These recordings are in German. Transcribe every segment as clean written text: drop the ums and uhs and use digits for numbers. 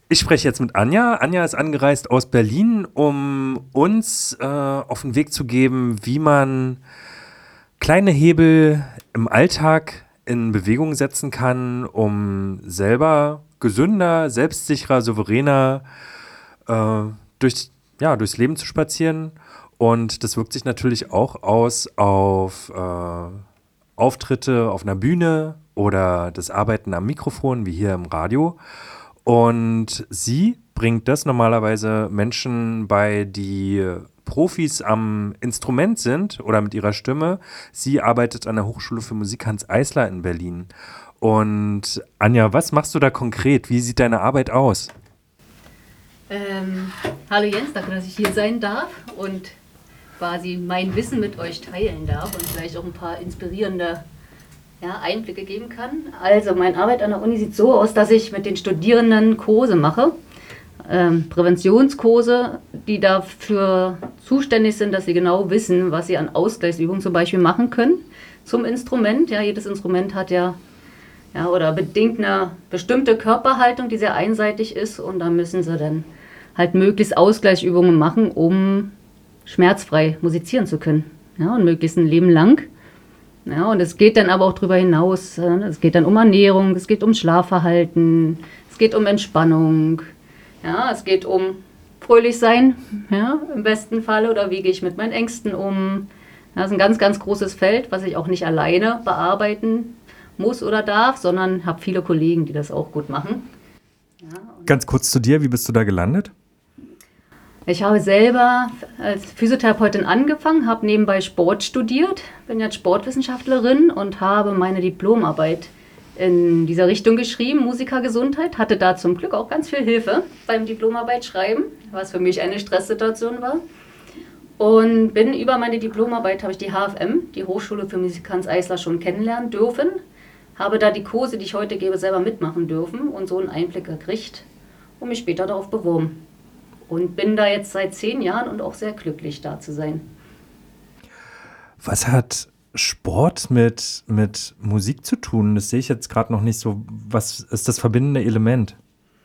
Ich spreche jetzt mit Anja. Anja ist angereist aus Berlin, um uns auf den Weg zu geben, wie man kleine Hebel im Alltag in Bewegung setzen kann, um selber gesünder, selbstsicherer, souveräner äh, durch, durchs Leben zu spazieren. Und das wirkt sich natürlich auch aus auf Auftritte auf einer Bühne oder das Arbeiten am Mikrofon, wie hier im Radio. Und sie bringt das normalerweise Menschen bei, die Profis am Instrument sind oder mit ihrer Stimme. Sie arbeitet an der Hochschule für Musik Hans Eisler in Berlin. Und Anja, was machst du da konkret? Wie sieht deine Arbeit aus? Hallo Jens, danke, dass ich hier sein darf und quasi mein Wissen mit euch teilen darf und vielleicht auch ein paar inspirierende Einblicke geben kann. Also meine Arbeit an der Uni sieht so aus, dass ich mit den Studierenden Kurse mache, Präventionskurse, die dafür zuständig sind, dass sie genau wissen, was sie an Ausgleichsübungen zum Beispiel machen können zum Instrument. Ja, jedes Instrument hat oder bedingt eine bestimmte Körperhaltung, die sehr einseitig ist, und da müssen sie dann halt möglichst Ausgleichsübungen machen, um schmerzfrei musizieren zu können. Ja, und möglichst ein Leben lang. Ja, und es geht dann aber auch darüber hinaus. Es geht dann um Ernährung, es geht um Schlafverhalten, es geht um Entspannung. Ja, es geht um fröhlich sein, ja, im besten Fall. Oder wie gehe ich mit meinen Ängsten um? Ja, das ist ein ganz, ganz großes Feld, was ich auch nicht alleine bearbeiten muss oder darf, sondern habe viele Kollegen, die das auch gut machen. Ja, Ganz kurz zu dir, wie bist du da gelandet? ich habe selber als Physiotherapeutin angefangen, habe nebenbei Sport studiert, bin jetzt Sportwissenschaftlerin und habe meine Diplomarbeit in dieser Richtung geschrieben, Musikergesundheit. Hatte da zum Glück auch ganz viel Hilfe beim Diplomarbeit schreiben, was für mich eine Stresssituation war. Und bin über meine Diplomarbeit, habe ich die HFM, die Hochschule für Musik Hans Eisler, schon kennenlernen dürfen. Habe da die Kurse, die ich heute gebe, selber mitmachen dürfen und so einen Einblick gekriegt und mich später darauf beworben. Und bin da jetzt seit 10 Jahren und auch sehr glücklich, da zu sein. Was hat Sport mit Musik zu tun? Das sehe ich jetzt gerade noch nicht so. Was ist das verbindende Element?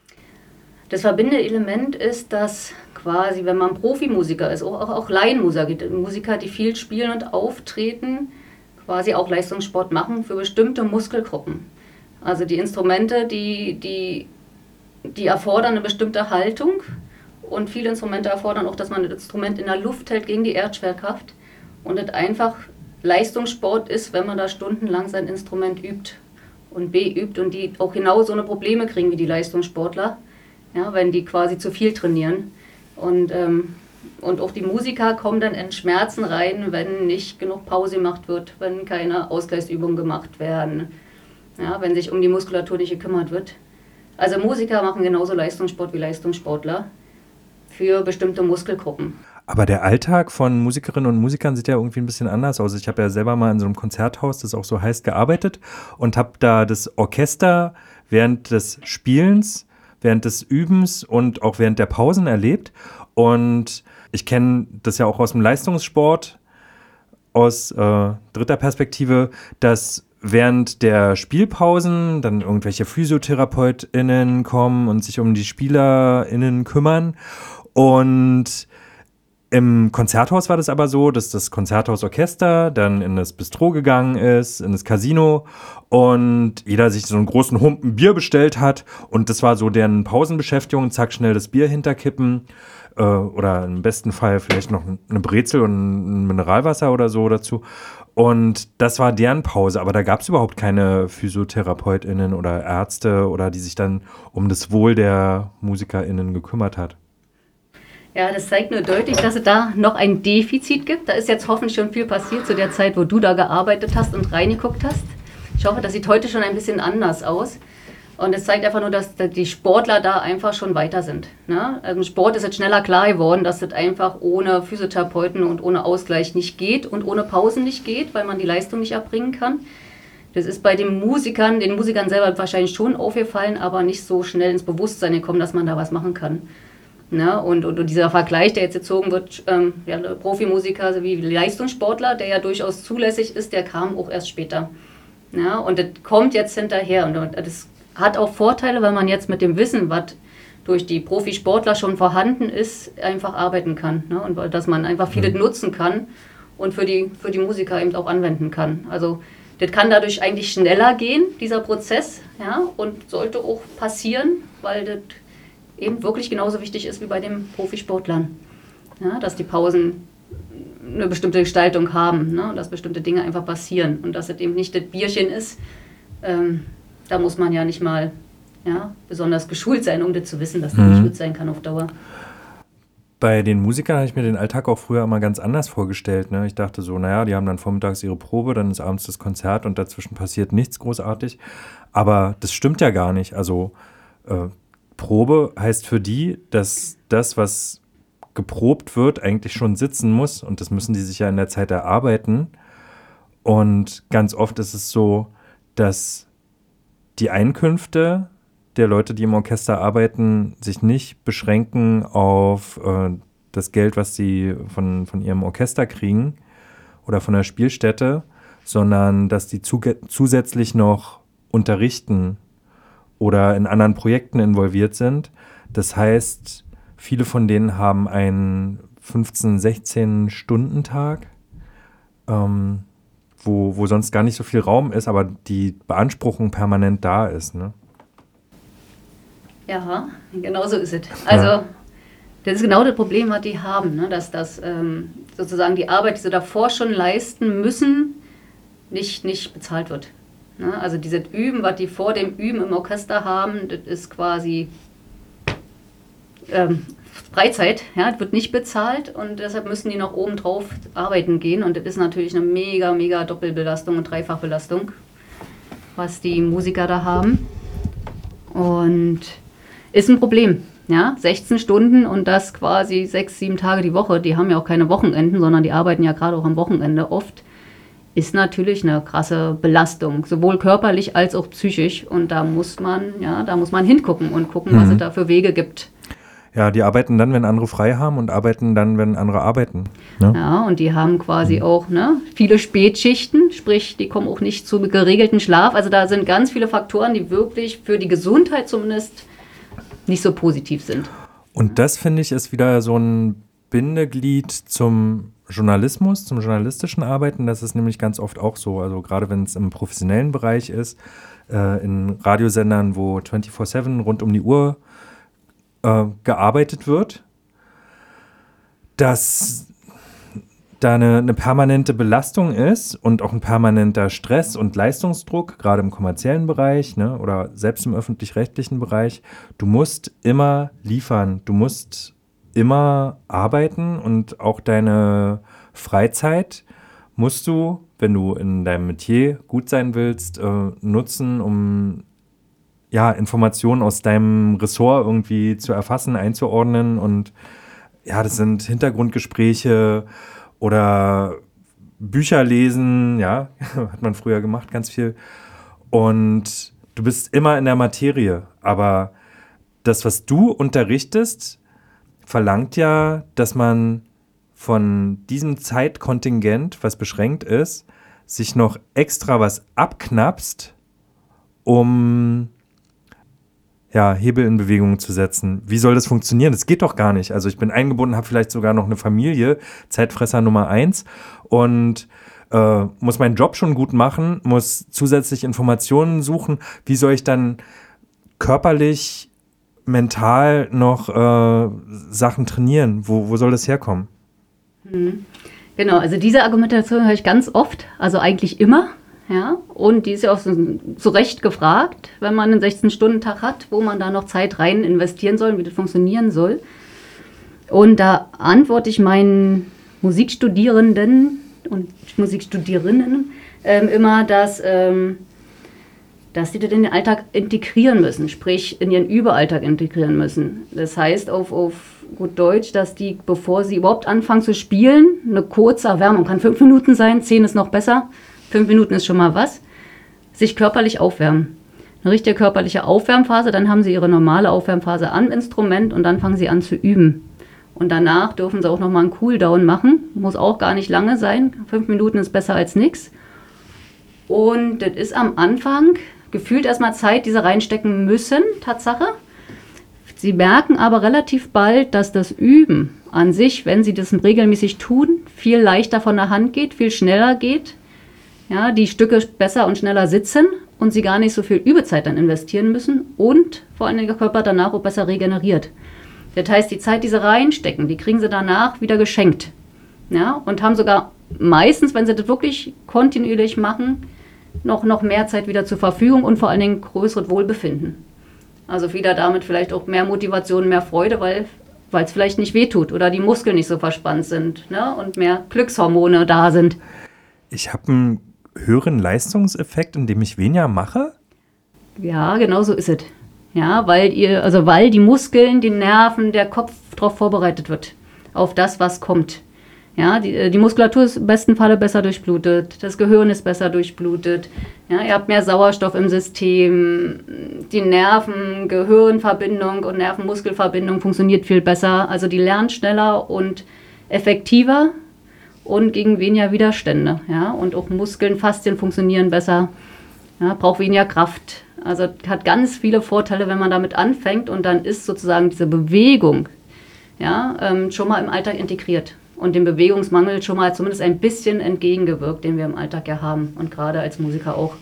Das verbindende Element ist, dass quasi, wenn man Profimusiker ist, auch Laienmusiker, die viel spielen und auftreten, quasi auch Leistungssport machen für bestimmte Muskelgruppen. Also die Instrumente, die erfordern eine bestimmte Haltung. Und viele Instrumente erfordern auch, dass man das Instrument in der Luft hält gegen die Erdschwerkraft. Und das einfach Leistungssport ist, wenn man da stundenlang sein Instrument übt und beübt und die auch genau so eine Probleme kriegen wie die Leistungssportler, ja, wenn die quasi zu viel trainieren. Und auch die Musiker kommen dann in Schmerzen rein, wenn nicht genug Pause gemacht wird, wenn keine Ausgleichsübungen gemacht werden, ja, wenn sich um die Muskulatur nicht gekümmert wird. Also Musiker machen genauso Leistungssport wie Leistungssportler für bestimmte Muskelgruppen. Aber der Alltag von Musikerinnen und Musikern sieht ja irgendwie ein bisschen anders aus. Ich habe ja selber mal in so einem Konzerthaus, das auch so heißt, gearbeitet und habe da das Orchester während des Spielens, während des Übens und auch während der Pausen erlebt. Und ich kenne das ja auch aus dem Leistungssport, aus dritter Perspektive, dass während der Spielpausen dann irgendwelche PhysiotherapeutInnen kommen und sich um die SpielerInnen kümmern. Und im Konzerthaus war das aber so, dass das Konzerthausorchester dann in das Bistro gegangen ist, in das Casino, und jeder sich so einen großen Humpen Bier bestellt hat, und das war so deren Pausenbeschäftigung, zack, schnell das Bier hinterkippen oder im besten Fall vielleicht noch eine Brezel und ein Mineralwasser oder so dazu. Und das war deren Pause, aber da gab es überhaupt keine PhysiotherapeutInnen oder Ärzte oder die sich dann um das Wohl der MusikerInnen gekümmert hat. Ja, das zeigt nur deutlich, dass es da noch ein Defizit gibt. Da ist jetzt hoffentlich schon viel passiert zu der Zeit, wo du da gearbeitet hast und reingeguckt hast. Ich hoffe, das sieht heute schon ein bisschen anders aus. Und es zeigt einfach nur, dass die Sportler da einfach schon weiter sind. Ne? Also im Sport ist jetzt schneller klar geworden, dass es einfach ohne Physiotherapeuten und ohne Ausgleich nicht geht und ohne Pausen nicht geht, weil man die Leistung nicht erbringen kann. Das ist bei den Musikern selber wahrscheinlich schon aufgefallen, aber nicht so schnell ins Bewusstsein gekommen, dass man da was machen kann. Ne? Und dieser Vergleich, der jetzt gezogen wird, Profimusiker also wie Leistungssportler, der ja durchaus zulässig ist, der kam auch erst später. Ja? Und das kommt jetzt hinterher. Und das hat auch Vorteile, weil man jetzt mit dem Wissen, was durch die Profisportler schon vorhanden ist, einfach arbeiten kann. Ne? Und dass man einfach viele nutzen kann und für die Musiker eben auch anwenden kann. Also das kann dadurch eigentlich schneller gehen, dieser Prozess, ja, und sollte auch passieren, weil das eben wirklich genauso wichtig ist wie bei den Profisportlern. Ja, dass die Pausen eine bestimmte Gestaltung haben, ne, und dass bestimmte Dinge einfach passieren und dass es eben nicht das Bierchen ist. Da muss man ja nicht mal besonders geschult sein, um das zu wissen, dass das nicht gut sein kann auf Dauer. Bei den Musikern habe ich mir den Alltag auch früher immer ganz anders vorgestellt. Ne? Ich dachte so, naja, die haben dann vormittags ihre Probe, dann ist abends das Konzert und dazwischen passiert nichts großartig. Aber das stimmt ja gar nicht. Also Probe heißt für die, dass das, was geprobt wird, eigentlich schon sitzen muss. Und das müssen die sich ja in der Zeit erarbeiten. Und ganz oft ist es so, dass die Einkünfte der Leute, die im Orchester arbeiten, sich nicht beschränken auf das Geld, was sie von ihrem Orchester kriegen oder von der Spielstätte, sondern dass die zusätzlich noch unterrichten oder in anderen Projekten involviert sind. Das heißt, viele von denen haben einen 15-, 16-Stunden-Tag, wo sonst gar nicht so viel Raum ist, aber die Beanspruchung permanent da ist, ne? Ja, genau so ist es. Also das ist genau das Problem, was die haben, ne? Dass das sozusagen die Arbeit, die sie davor schon leisten müssen, nicht bezahlt wird. Ne? Also dieses Üben, was die vor dem Üben im Orchester haben, das ist quasi Freizeit, ja, das wird nicht bezahlt und deshalb müssen die noch obendrauf arbeiten gehen und das ist natürlich eine mega Doppelbelastung und Dreifachbelastung, was die Musiker da haben und ist ein Problem, ja, 16 Stunden und das quasi 6, 7 Tage die Woche, die haben ja auch keine Wochenenden, sondern die arbeiten ja gerade auch am Wochenende oft, ist natürlich eine krasse Belastung, sowohl körperlich als auch psychisch und da muss man hingucken und gucken, was es da für Wege gibt. Ja, die arbeiten dann, wenn andere frei haben und arbeiten dann, wenn andere arbeiten. Ne? Ja, und die haben quasi auch viele Spätschichten, sprich, die kommen auch nicht zu geregelten Schlaf. Also da sind ganz viele Faktoren, die wirklich für die Gesundheit zumindest nicht so positiv sind. Und das, finde ich, ist wieder so ein Bindeglied zum Journalismus, zum journalistischen Arbeiten. Das ist nämlich ganz oft auch so. Also gerade wenn es im professionellen Bereich ist, in Radiosendern, wo 24/7 rund um die Uhr gearbeitet wird, dass da eine permanente Belastung ist und auch ein permanenter Stress und Leistungsdruck, gerade im kommerziellen Bereich, ne, oder selbst im öffentlich-rechtlichen Bereich. Du musst immer liefern, du musst immer arbeiten und auch deine Freizeit musst du, wenn du in deinem Metier gut sein willst, nutzen, um Informationen aus deinem Ressort irgendwie zu erfassen, einzuordnen und das sind Hintergrundgespräche oder Bücher lesen, ja, hat man früher gemacht, ganz viel und du bist immer in der Materie, aber das, was du unterrichtest, verlangt ja, dass man von diesem Zeitkontingent, was beschränkt ist, sich noch extra was abknapst, um Hebel in Bewegung zu setzen. Wie soll das funktionieren? Das geht doch gar nicht. Also ich bin eingebunden, habe vielleicht sogar noch eine Familie, Zeitfresser Nummer 1 und muss meinen Job schon gut machen, muss zusätzlich Informationen suchen. Wie soll ich dann körperlich, mental noch Sachen trainieren? Wo soll das herkommen? Genau, also diese Argumentation höre ich ganz oft, also eigentlich immer. Ja, und die ist ja auch zu Recht gefragt, wenn man einen 16-Stunden-Tag hat, wo man da noch Zeit rein investieren soll, wie das funktionieren soll. Und da antworte ich meinen Musikstudierenden und Musikstudierenden immer, dass sie das in den Alltag integrieren müssen, sprich in ihren Überalltag integrieren müssen. Das heißt auf gut Deutsch, dass die, bevor sie überhaupt anfangen zu spielen, eine kurze Erwärmung, kann 5 Minuten sein, 10 ist noch besser, 5 Minuten ist schon mal was, sich körperlich aufwärmen. Eine richtige körperliche Aufwärmphase, dann haben sie ihre normale Aufwärmphase am Instrument und dann fangen sie an zu üben. Und danach dürfen sie auch nochmal einen Cooldown machen, muss auch gar nicht lange sein, 5 Minuten ist besser als nichts. Und das ist am Anfang gefühlt erstmal Zeit, die sie reinstecken müssen, Tatsache. Sie merken aber relativ bald, dass das Üben an sich, wenn Sie das regelmäßig tun, viel leichter von der Hand geht, viel schneller geht. Ja, die Stücke besser und schneller sitzen und Sie gar nicht so viel Übezeit dann investieren müssen und vor allem der Körper danach auch besser regeneriert. Das heißt, die Zeit, die Sie reinstecken, die kriegen Sie danach wieder geschenkt. Ja, und haben sogar meistens, wenn Sie das wirklich kontinuierlich machen, noch mehr Zeit wieder zur Verfügung und vor allen Dingen größeres Wohlbefinden. Also wieder damit vielleicht auch mehr Motivation, mehr Freude, weil es vielleicht nicht wehtut oder die Muskeln nicht so verspannt sind, ne? Und mehr Glückshormone da sind. Ich habe einen höheren Leistungseffekt, indem ich weniger mache? Ja, genau so ist es. Ja, weil die Muskeln, die Nerven, der Kopf darauf vorbereitet wird, auf das, was kommt. Ja, die Muskulatur ist im besten Falle besser durchblutet, das Gehirn ist besser durchblutet, ja, ihr habt mehr Sauerstoff im System, die Nerven-Gehirn-Verbindung und Nerven-Muskel-Verbindung funktioniert viel besser, also die lernen schneller und effektiver und gegen weniger Widerstände, ja, und auch Muskeln, Faszien funktionieren besser, ja, braucht weniger Kraft, also hat ganz viele Vorteile, wenn man damit anfängt und dann ist sozusagen diese Bewegung, ja, schon mal im Alltag integriert. Und dem Bewegungsmangel schon mal zumindest ein bisschen entgegengewirkt, den wir im Alltag ja haben und gerade als Musiker auch.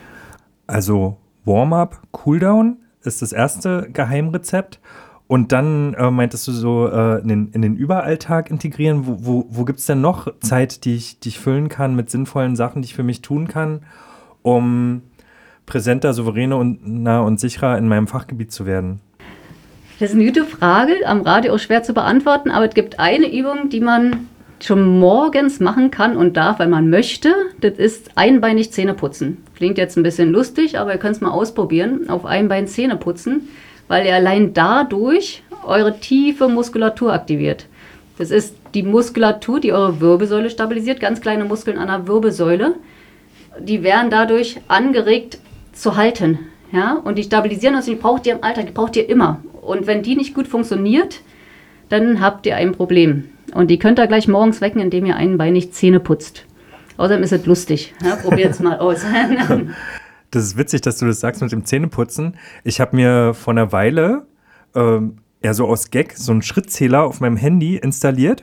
Also Warm-up, Cooldown ist das erste Geheimrezept. Und dann meintest du so in den Überalltag integrieren. Wo gibt es denn noch Zeit, die ich füllen kann mit sinnvollen Sachen, die ich für mich tun kann, um präsenter, souveräner und sicherer in meinem Fachgebiet zu werden? Das ist eine gute Frage, am Radio auch schwer zu beantworten, aber es gibt eine Übung, die man schon morgens machen kann und darf, wenn man möchte. Das ist einbeinig Zähne putzen. Klingt jetzt ein bisschen lustig, aber ihr könnt es mal ausprobieren, auf einem Bein Zähne putzen, weil ihr allein dadurch eure tiefe Muskulatur aktiviert. Das ist die Muskulatur, die eure Wirbelsäule stabilisiert, ganz kleine Muskeln an der Wirbelsäule. Die werden dadurch angeregt zu halten. Ja? Und die stabilisieren uns, die braucht ihr im Alltag, die braucht ihr immer. Und wenn die nicht gut funktioniert, dann habt ihr ein Problem. Und die könnt ihr gleich morgens wecken, indem ihr einbeinig Zähne putzt. Außerdem ist es lustig. Ja, probiert es mal aus. Das ist witzig, dass du das sagst mit dem Zähneputzen. Ich habe mir vor einer Weile eher so aus Gag so einen Schrittzähler auf meinem Handy installiert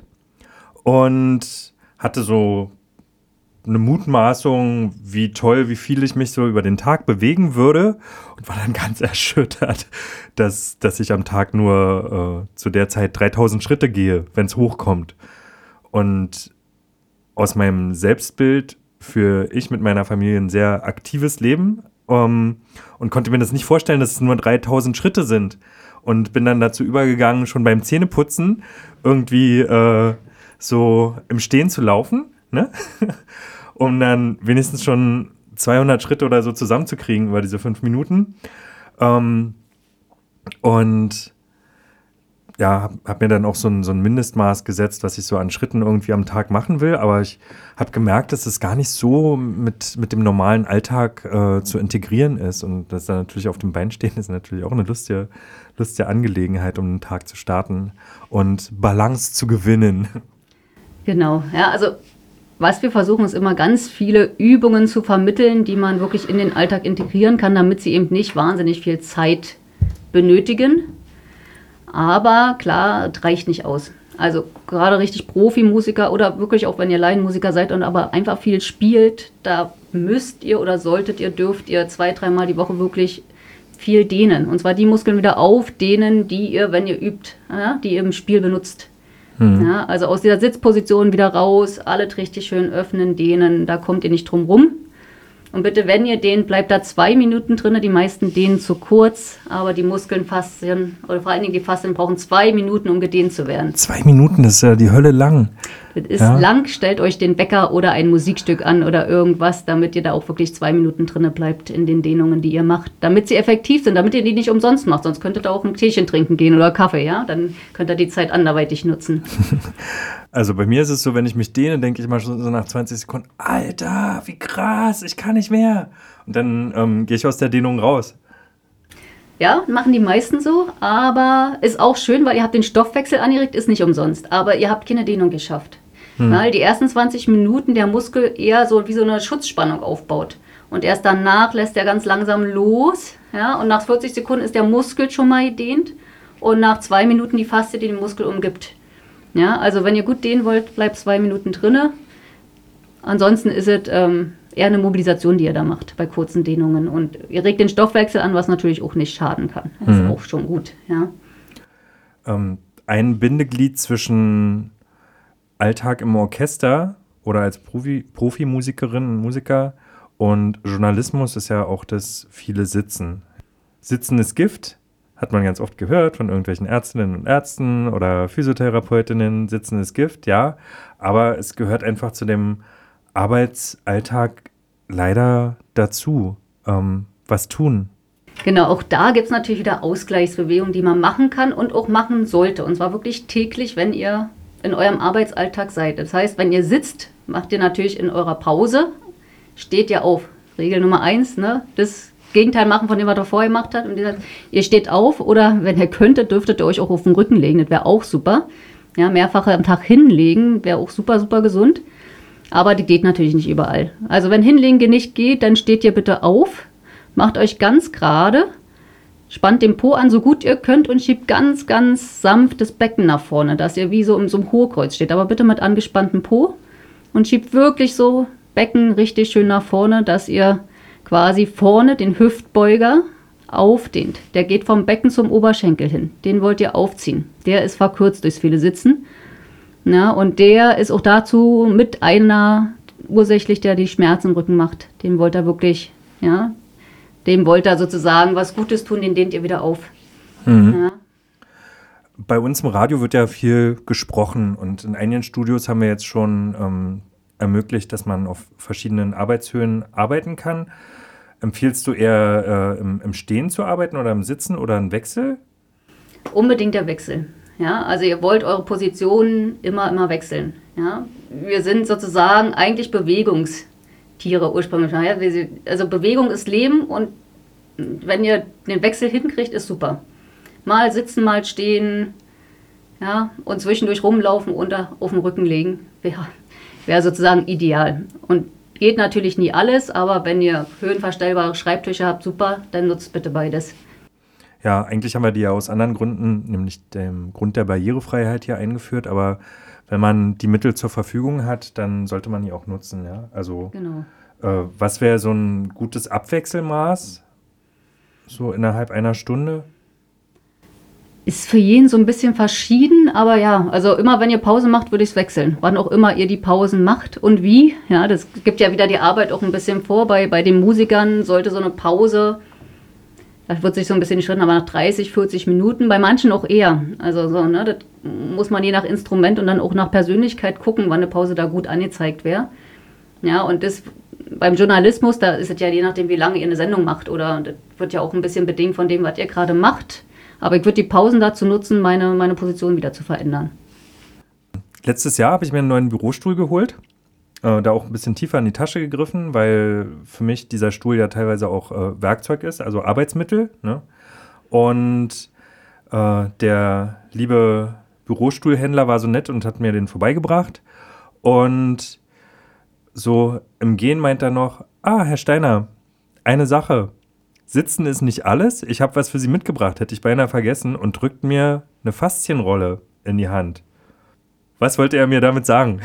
und hatte so eine Mutmaßung, wie toll, wie viel ich mich so über den Tag bewegen würde und war dann ganz erschüttert, dass ich am Tag nur zu der Zeit 3000 Schritte gehe, wenn es hochkommt. Und aus meinem Selbstbild führe ich mit meiner Familie ein sehr aktives Leben und konnte mir das nicht vorstellen, dass es nur 3000 Schritte sind. Und bin dann dazu übergegangen, schon beim Zähneputzen irgendwie so im Stehen zu laufen, ne? Um dann wenigstens schon 200 Schritte oder so zusammenzukriegen über diese 5 Minuten. Und ja, habe mir dann auch so ein Mindestmaß gesetzt, was ich so an Schritten irgendwie am Tag machen will. Aber ich habe gemerkt, dass es gar nicht so mit dem normalen Alltag zu integrieren ist. Und das dann natürlich auf dem Bein stehen ist natürlich auch eine lustige Angelegenheit, um den Tag zu starten und Balance zu gewinnen. Genau, ja, also was wir versuchen, ist immer ganz viele Übungen zu vermitteln, die man wirklich in den Alltag integrieren kann, damit sie eben nicht wahnsinnig viel Zeit benötigen. Aber klar, das reicht nicht aus. Also gerade richtig Profimusiker oder wirklich auch, wenn ihr Laienmusiker seid und aber einfach viel spielt, da müsst ihr oder dürft ihr 2-3 Mal die Woche wirklich viel dehnen. Und zwar die Muskeln wieder aufdehnen, die ihr, wenn ihr übt, ja, die ihr im Spiel benutzt. Ja, also aus dieser Sitzposition wieder raus, alles richtig schön öffnen, dehnen, da kommt ihr nicht drum rum. Und bitte, wenn ihr dehnt, bleibt da 2 Minuten drin. Die meisten dehnen zu kurz, aber die Muskeln, Faszien oder vor allen Dingen die Faszien brauchen 2 Minuten, um gedehnt zu werden. 2 Minuten, das ist ja die Hölle lang. Das ist lang, stellt euch den Wecker oder ein Musikstück an oder irgendwas, damit ihr da auch wirklich 2 Minuten drin bleibt in den Dehnungen, die ihr macht. Damit sie effektiv sind, damit ihr die nicht umsonst macht. Sonst könntet ihr auch ein Teechen trinken gehen oder Kaffee, ja? Dann könnt ihr die Zeit anderweitig nutzen. Also bei mir ist es so, wenn ich mich dehne, denke ich mal schon so nach 20 Sekunden, Alter, wie krass, ich kann nicht mehr. Und dann gehe ich aus der Dehnung raus. Ja, machen die meisten so, aber ist auch schön, weil ihr habt den Stoffwechsel angeregt, ist nicht umsonst. Aber ihr habt keine Dehnung geschafft. Weil die ersten 20 Minuten der Muskel eher so wie so eine Schutzspannung aufbaut. Und erst danach lässt er ganz langsam los. Ja, und nach 40 Sekunden ist der Muskel schon mal gedehnt. und nach 2 Minuten die Faszie, die den Muskel umgibt. Ja, also wenn ihr gut dehnen wollt, bleibt 2 Minuten drinne. Ansonsten ist es eher eine Mobilisation, die ihr da macht bei kurzen Dehnungen. Und ihr regt den Stoffwechsel an, was natürlich auch nicht schaden kann. Das ist auch schon gut. Ja. Ein Bindeglied zwischen Alltag im Orchester oder als Profimusikerin und Musiker und Journalismus ist ja auch das viele Sitzen. Sitzen ist Gift, hat man ganz oft gehört von irgendwelchen Ärztinnen und Ärzten oder Physiotherapeutinnen. Sitzen ist Gift, ja, aber es gehört einfach zu dem Arbeitsalltag leider dazu. Was tun? Genau, auch da gibt es natürlich wieder Ausgleichsbewegungen, die man machen kann und auch machen sollte. Und zwar wirklich täglich, wenn ihr in eurem Arbeitsalltag seid. Das heißt, wenn ihr sitzt, macht ihr natürlich in eurer Pause, steht ihr auf. Regel Nummer 1, ne? Das Gegenteil machen von dem, was ihr vorher gemacht habt. Und ihr steht auf oder, wenn ihr könntet, dürftet ihr euch auch auf den Rücken legen. Das wäre auch super. Ja, mehrfach am Tag hinlegen wäre auch super, super gesund. Aber die geht natürlich nicht überall. Also wenn Hinlegen nicht geht, dann steht ihr bitte auf, macht euch ganz gerade, spannt den Po an, so gut ihr könnt und schiebt ganz, ganz sanft das Becken nach vorne, dass ihr wie so in so einem Hohlkreuz steht. Aber bitte mit angespanntem Po und schiebt wirklich so Becken richtig schön nach vorne, dass ihr quasi vorne den Hüftbeuger aufdehnt. Der geht vom Becken zum Oberschenkel hin. Den wollt ihr aufziehen. Der ist verkürzt durchs viele Sitzen. Ja, und der ist auch dazu mit einer ursächlich, der die Schmerzen im Rücken macht. Den wollt ihr wirklich, ja, dem wollt ihr sozusagen was Gutes tun, den dehnt ihr wieder auf. Ja. Bei uns im Radio wird ja viel gesprochen und in einigen Studios haben wir jetzt schon ermöglicht, dass man auf verschiedenen Arbeitshöhen arbeiten kann. Empfiehlst du eher im Stehen zu arbeiten oder im Sitzen oder einen Wechsel? Unbedingt der Wechsel. Ja, also ihr wollt eure Positionen immer wechseln. Ja, wir sind sozusagen eigentlich Bewegungstiere ursprünglich. Ja, also Bewegung ist Leben und wenn ihr den Wechsel hinkriegt, ist super. Mal sitzen, mal stehen, ja, und zwischendurch rumlaufen und auf den Rücken legen, wäre sozusagen ideal. Und geht natürlich nie alles, aber wenn ihr höhenverstellbare Schreibtische habt, super, dann nutzt bitte beides. Ja, eigentlich haben wir die ja aus anderen Gründen, nämlich dem Grund der Barrierefreiheit hier eingeführt, aber wenn man die Mittel zur Verfügung hat, dann sollte man die auch nutzen, ja. Also genau. Was wäre so ein gutes Abwechselmaß, so innerhalb einer Stunde? Ist für jeden so ein bisschen verschieden, aber ja, also immer wenn ihr Pause macht, würde ich es wechseln. Wann auch immer ihr die Pausen macht und wie, ja, das gibt ja wieder die Arbeit auch ein bisschen vor. Bei den Musikern sollte so eine Pause, das wird sich so ein bisschen schritt, aber nach 30, 40 Minuten, bei manchen auch eher. Also so, ne, das muss man je nach Instrument und dann auch nach Persönlichkeit gucken, wann eine Pause da gut angezeigt wäre. Ja, und das beim Journalismus, da ist es ja je nachdem, wie lange ihr eine Sendung macht oder das wird ja auch ein bisschen bedingt von dem, was ihr gerade macht. Aber ich würde die Pausen dazu nutzen, meine Position wieder zu verändern. Letztes Jahr habe ich mir einen neuen Bürostuhl geholt. Da auch ein bisschen tiefer in die Tasche gegriffen, weil für mich dieser Stuhl ja teilweise auch Werkzeug ist, also Arbeitsmittel. Ne? Und der liebe Bürostuhlhändler war so nett und hat mir den vorbeigebracht. Und so im Gehen meint er noch, Herr Steiner, eine Sache. Sitzen ist nicht alles. Ich habe was für Sie mitgebracht, hätte ich beinahe vergessen, und drückt mir eine Faszienrolle in die Hand. Was wollte er mir damit sagen?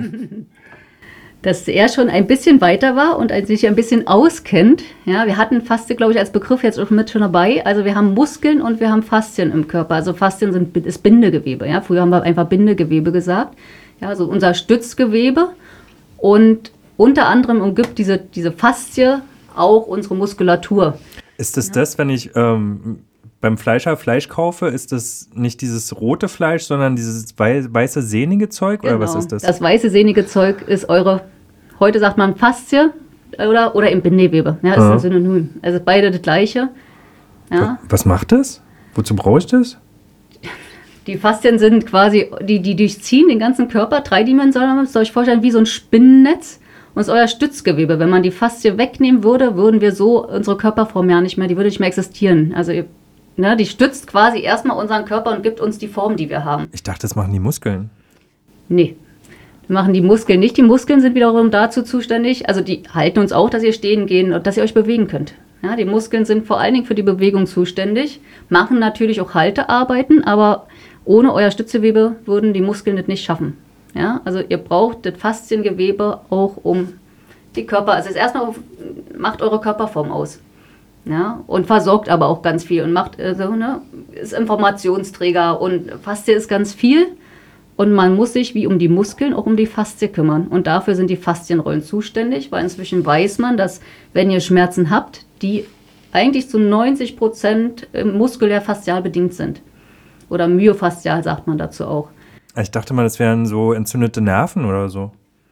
Dass er schon ein bisschen weiter war und sich ein bisschen auskennt. Ja, wir hatten Faszie, glaube ich, als Begriff jetzt auch mit schon dabei. Also wir haben Muskeln und wir haben Faszien im Körper. Also Faszien ist Bindegewebe. Ja? Früher haben wir einfach Bindegewebe gesagt. Ja, also unser Stützgewebe. Und unter anderem umgibt diese Faszie auch unsere Muskulatur. Ist es das, wenn ich beim Fleischer Fleisch kaufe, ist das nicht dieses rote Fleisch, sondern dieses weiße, sehnige Zeug? Genau. Oder was ist das? Das weiße, sehnige Zeug ist heute sagt man Faszie oder im Bindegewebe. Ja, ist ein Synonym. Also beide das Gleiche. Ja. Was macht das? Wozu brauche ich das? Die Faszien sind quasi, die durchziehen den ganzen Körper, dreidimensional, müsst ihr euch vorstellen, wie so ein Spinnennetz. Und das ist euer Stützgewebe. Wenn man die Faszie wegnehmen würde, würden wir so unsere Körperform ja nicht mehr, die würde nicht mehr existieren. Also die stützt quasi erstmal unseren Körper und gibt uns die Form, die wir haben. Ich dachte, das machen die Muskeln. Nee, das machen die Muskeln nicht. Die Muskeln sind wiederum dazu zuständig, also die halten uns auch, dass ihr stehen gehen und dass ihr euch bewegen könnt. Ja, die Muskeln sind vor allen Dingen für die Bewegung zuständig, machen natürlich auch Haltearbeiten, aber ohne euer Stützgewebe würden die Muskeln das nicht schaffen. Ja, also ihr braucht das Fasziengewebe auch um die Körper, also erstmal macht eure Körperform aus. Ja, und versorgt aber auch ganz viel und macht, ist Informationsträger und Faszie ist ganz viel. Und man muss sich wie um die Muskeln auch um die Faszie kümmern. Und dafür sind die Faszienrollen zuständig, weil inzwischen weiß man, dass wenn ihr Schmerzen habt, die eigentlich zu 90% muskulär faszial bedingt sind. Oder myofaszial sagt man dazu auch. Ich dachte mal, das wären so entzündete Nerven oder so.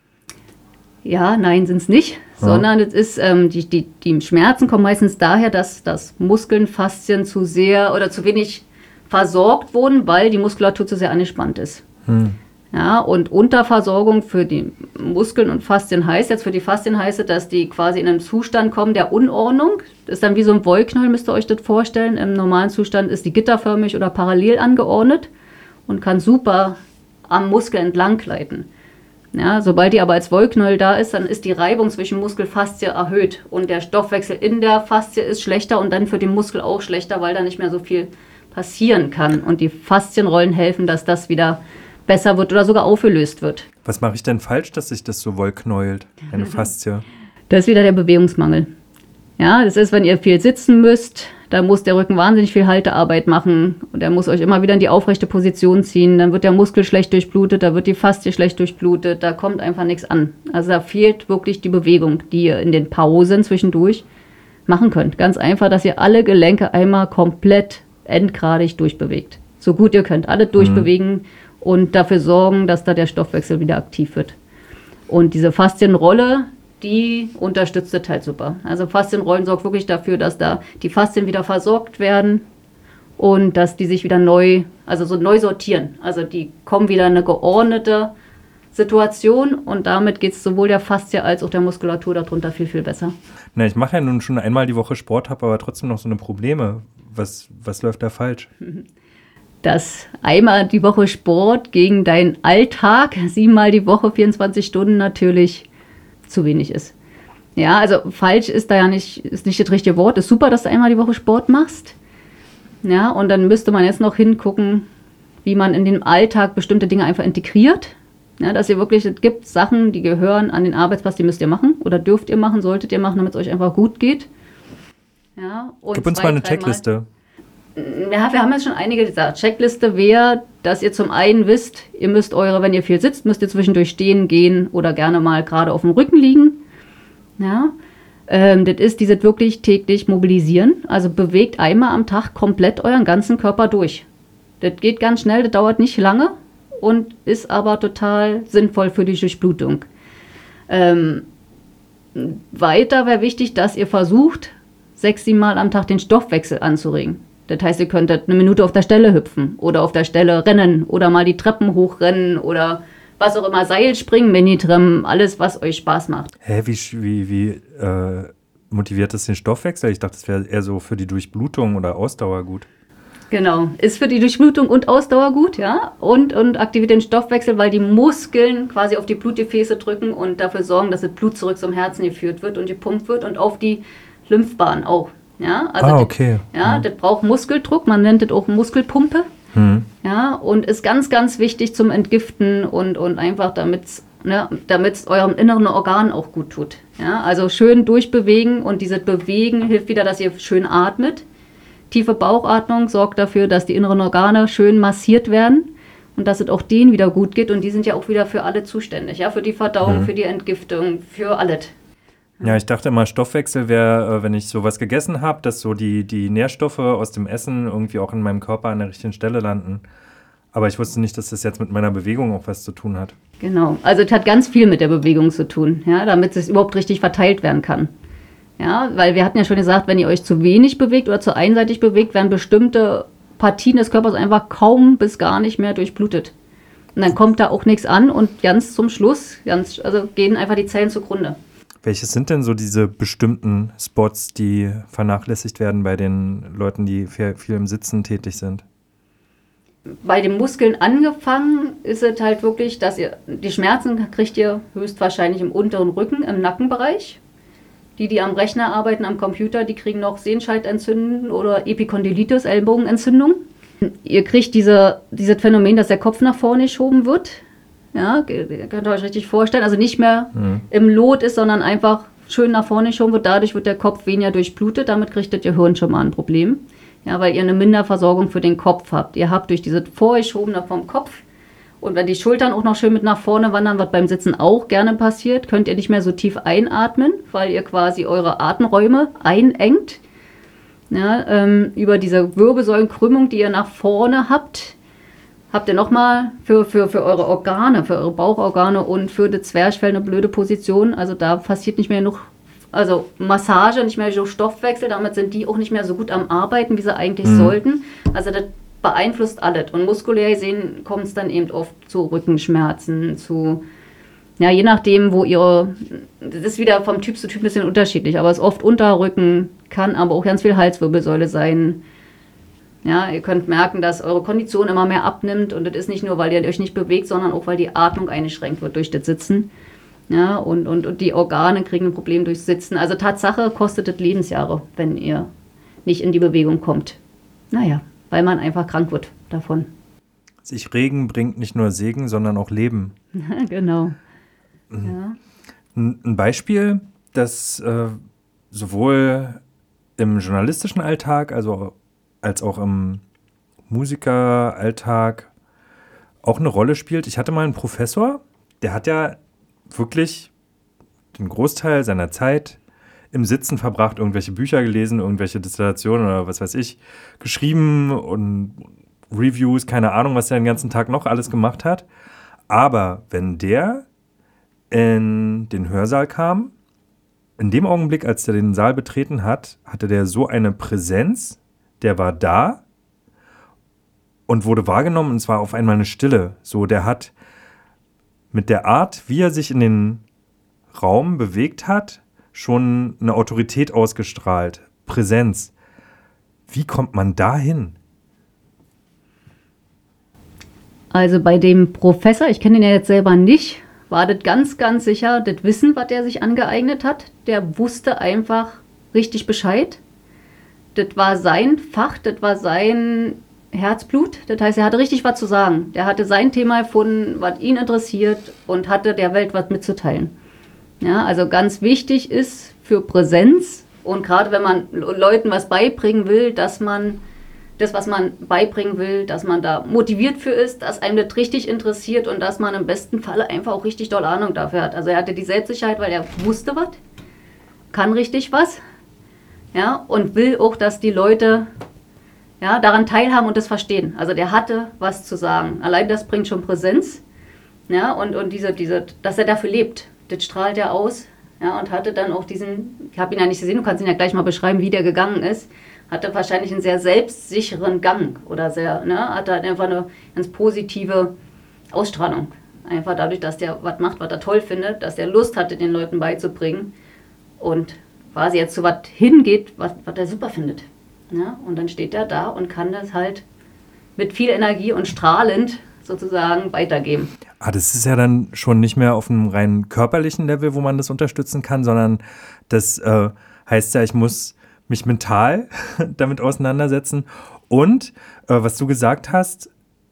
Ja, nein, sind es nicht, sondern es ist, die Schmerzen kommen meistens daher, dass Muskeln, Faszien zu sehr oder zu wenig versorgt wurden, weil die Muskulatur zu sehr angespannt ist. Ja, und Unterversorgung für die Muskeln und Faszien heißt jetzt, für die Faszien heißt es, dass die quasi in einen Zustand kommen der Unordnung. Das ist dann wie so ein Wollknäuel, müsst ihr euch das vorstellen. Im normalen Zustand ist die gitterförmig oder parallel angeordnet und kann super am Muskel entlang gleiten. Ja, sobald die aber als Wollknäuel da ist, dann ist die Reibung zwischen Muskelfaszie erhöht und der Stoffwechsel in der Faszie ist schlechter und dann für den Muskel auch schlechter, weil da nicht mehr so viel passieren kann. Und die Faszienrollen helfen, dass das wieder besser wird oder sogar aufgelöst wird. Was mache ich denn falsch, dass sich das so wollknäult, eine Faszie? Das ist wieder der Bewegungsmangel. Ja, das ist, wenn ihr viel sitzen müsst, da muss der Rücken wahnsinnig viel Haltearbeit machen und er muss euch immer wieder in die aufrechte Position ziehen. Dann wird der Muskel schlecht durchblutet, da wird die Faszie schlecht durchblutet, da kommt einfach nichts an. Also da fehlt wirklich die Bewegung, die ihr in den Pausen zwischendurch machen könnt. Ganz einfach, dass ihr alle Gelenke einmal komplett endgradig durchbewegt. So gut ihr könnt, alle durchbewegen und dafür sorgen, dass da der Stoffwechsel wieder aktiv wird. Und diese Faszienrolle, die unterstützt das halt super. Also Faszienrollen sorgt wirklich dafür, dass da die Faszien wieder versorgt werden und dass die sich wieder neu sortieren. Also die kommen wieder in eine geordnete Situation und damit geht es sowohl der Faszie als auch der Muskulatur darunter viel, viel besser. Na, ich mache ja nun schon einmal die Woche Sport, habe aber trotzdem noch so eine Probleme. Was läuft da falsch? Dass einmal die Woche Sport gegen deinen Alltag, 7-mal die Woche, 24 Stunden natürlich zu wenig ist. Ja, also falsch ist da ja nicht das richtige Wort. Ist super, dass du einmal die Woche Sport machst. Ja, und dann müsste man jetzt noch hingucken, wie man in den Alltag bestimmte Dinge einfach integriert. Ja, dass ihr wirklich, es gibt Sachen, die gehören an den Arbeitsplatz, die müsst ihr machen oder dürft ihr machen, solltet ihr machen, damit es euch einfach gut geht. Ja, und gib uns mal eine Checkliste. Ja, wir haben jetzt schon einige gesagt. Checkliste wäre, dass ihr zum einen wisst, ihr müsst wenn ihr viel sitzt, müsst ihr zwischendurch stehen, gehen oder gerne mal gerade auf dem Rücken liegen. Ja, das ist dieses wirklich täglich mobilisieren. Also bewegt einmal am Tag komplett euren ganzen Körper durch. Das geht ganz schnell, das dauert nicht lange und ist aber total sinnvoll für die Durchblutung. Weiter wäre wichtig, dass ihr versucht, 6-7 Mal am Tag den Stoffwechsel anzuregen. Das heißt, ihr könntet eine Minute auf der Stelle hüpfen oder auf der Stelle rennen oder mal die Treppen hochrennen oder was auch immer, Seilspringen, Minitrim, alles, was euch Spaß macht. Wie motiviert das den Stoffwechsel? Ich dachte, das wäre eher so für die Durchblutung oder Ausdauer gut. Genau, ist für die Durchblutung und Ausdauer gut, ja, und aktiviert den Stoffwechsel, weil die Muskeln quasi auf die Blutgefäße drücken und dafür sorgen, dass das Blut zurück zum Herzen geführt wird und gepumpt wird und auf die Lymphbahn auch. Ja, also okay. Das braucht Muskeldruck, man nennt das auch Muskelpumpe. Ja, und ist ganz, ganz wichtig zum Entgiften und einfach damit es eurem inneren Organ auch gut tut. Ja, also schön durchbewegen und dieses Bewegen hilft wieder, dass ihr schön atmet. Tiefe Bauchatmung sorgt dafür, dass die inneren Organe schön massiert werden und dass es auch denen wieder gut geht und die sind ja auch wieder für alle zuständig, ja, für die Verdauung, für die Entgiftung, für alles. Ja, ich dachte immer, Stoffwechsel wäre, wenn ich sowas gegessen habe, dass so die Nährstoffe aus dem Essen irgendwie auch in meinem Körper an der richtigen Stelle landen. Aber ich wusste nicht, dass das jetzt mit meiner Bewegung auch was zu tun hat. Genau, also es hat ganz viel mit der Bewegung zu tun, ja, damit es überhaupt richtig verteilt werden kann. Ja, weil wir hatten ja schon gesagt, wenn ihr euch zu wenig bewegt oder zu einseitig bewegt, werden bestimmte Partien des Körpers einfach kaum bis gar nicht mehr durchblutet. Und dann kommt da auch nichts an und ganz zum Schluss gehen einfach die Zellen zugrunde. Welches sind denn so diese bestimmten Spots, die vernachlässigt werden bei den Leuten, die viel im Sitzen tätig sind? Bei den Muskeln angefangen ist es halt wirklich, dass die Schmerzen kriegt ihr höchstwahrscheinlich im unteren Rücken, im Nackenbereich. Die am Rechner arbeiten, am Computer, die kriegen noch Sehenscheidentzündung oder Epikondylitis, Ellenbogenentzündung. Ihr kriegt dieses Phänomen, dass der Kopf nach vorne geschoben wird. Ja, könnt ihr euch richtig vorstellen. Also nicht mehr im Lot ist, sondern einfach schön nach vorne geschoben wird. Dadurch wird der Kopf weniger durchblutet. Damit kriegt das Gehirn schon mal ein Problem. Ja, weil ihr eine Minderversorgung für den Kopf habt. Ihr habt durch diese Vorgeschobene vom Kopf und wenn die Schultern auch noch schön mit nach vorne wandern, was beim Sitzen auch gerne passiert, könnt ihr nicht mehr so tief einatmen, weil ihr quasi eure Atemräume einengt. Ja, über diese Wirbelsäulenkrümmung, die ihr nach vorne habt ihr nochmal für eure Organe, für eure Bauchorgane und für das Zwerchfell eine blöde Position. Also da passiert nicht mehr genug, also Massage, nicht mehr so Stoffwechsel, damit sind die auch nicht mehr so gut am Arbeiten, wie sie eigentlich sollten. Also das beeinflusst alles. Und muskulär gesehen kommt es dann eben oft zu Rückenschmerzen, ja, je nachdem, das ist wieder vom Typ zu Typ ein bisschen unterschiedlich, aber es ist oft Unterrücken, kann aber auch ganz viel Halswirbelsäule sein. Ja, ihr könnt merken, dass eure Kondition immer mehr abnimmt und das ist nicht nur, weil ihr euch nicht bewegt, sondern auch, weil die Atmung eingeschränkt wird durch das Sitzen. Ja, und die Organe kriegen ein Problem durchs Sitzen. Also Tatsache kostet es Lebensjahre, wenn ihr nicht in die Bewegung kommt. Naja, weil man einfach krank wird davon. Sich regen bringt nicht nur Segen, sondern auch Leben. Genau. Ja. Ein Beispiel, das sowohl im journalistischen Alltag, als auch im Musikeralltag auch eine Rolle spielt. Ich hatte mal einen Professor, der hat ja wirklich den Großteil seiner Zeit im Sitzen verbracht, irgendwelche Bücher gelesen, irgendwelche Dissertationen oder was weiß ich, geschrieben und Reviews, keine Ahnung, was er den ganzen Tag noch alles gemacht hat. Aber wenn der in den Hörsaal kam, in dem Augenblick, als er den Saal betreten hat, hatte der so eine Präsenz, der war da und wurde wahrgenommen und zwar auf einmal eine Stille. So, der hat mit der Art, wie er sich in den Raum bewegt hat, schon eine Autorität ausgestrahlt, Präsenz. Wie kommt man da hin? Also bei dem Professor, ich kenne ihn ja jetzt selber nicht, war das ganz, ganz sicher das Wissen, was er sich angeeignet hat. Der wusste einfach richtig Bescheid. Das war sein Fach, das war sein Herzblut. Das heißt, er hatte richtig was zu sagen. Der hatte sein Thema erfunden, was ihn interessiert und hatte der Welt was mitzuteilen. Ja, also ganz wichtig ist für Präsenz und gerade wenn man Leuten was beibringen will, dass man das, was man beibringen will, dass man da motiviert für ist, dass einem das richtig interessiert und dass man im besten Falle einfach auch richtig doll Ahnung dafür hat. Also er hatte die Selbstsicherheit, weil er wusste was, kann richtig was, ja, und will auch, dass die Leute ja, daran teilhaben und das verstehen. Also der hatte was zu sagen. Allein das bringt schon Präsenz, ja, und dass er dafür lebt, das strahlt er aus, ja, und hatte dann auch diesen, ich habe ihn ja nicht gesehen, du kannst ihn ja gleich mal beschreiben, wie der gegangen ist, hatte wahrscheinlich einen sehr selbstsicheren Gang oder hatte halt einfach eine ganz positive Ausstrahlung. Einfach dadurch, dass der was macht, was er toll findet, dass der Lust hatte, den Leuten beizubringen und quasi jetzt zu was hingeht, was er super findet. Ja? Und dann steht er da und kann das halt mit viel Energie und strahlend sozusagen weitergeben. Das ist ja dann schon nicht mehr auf einem rein körperlichen Level, wo man das unterstützen kann, sondern das heißt ja, ich muss mich mental damit auseinandersetzen. Und was du gesagt hast,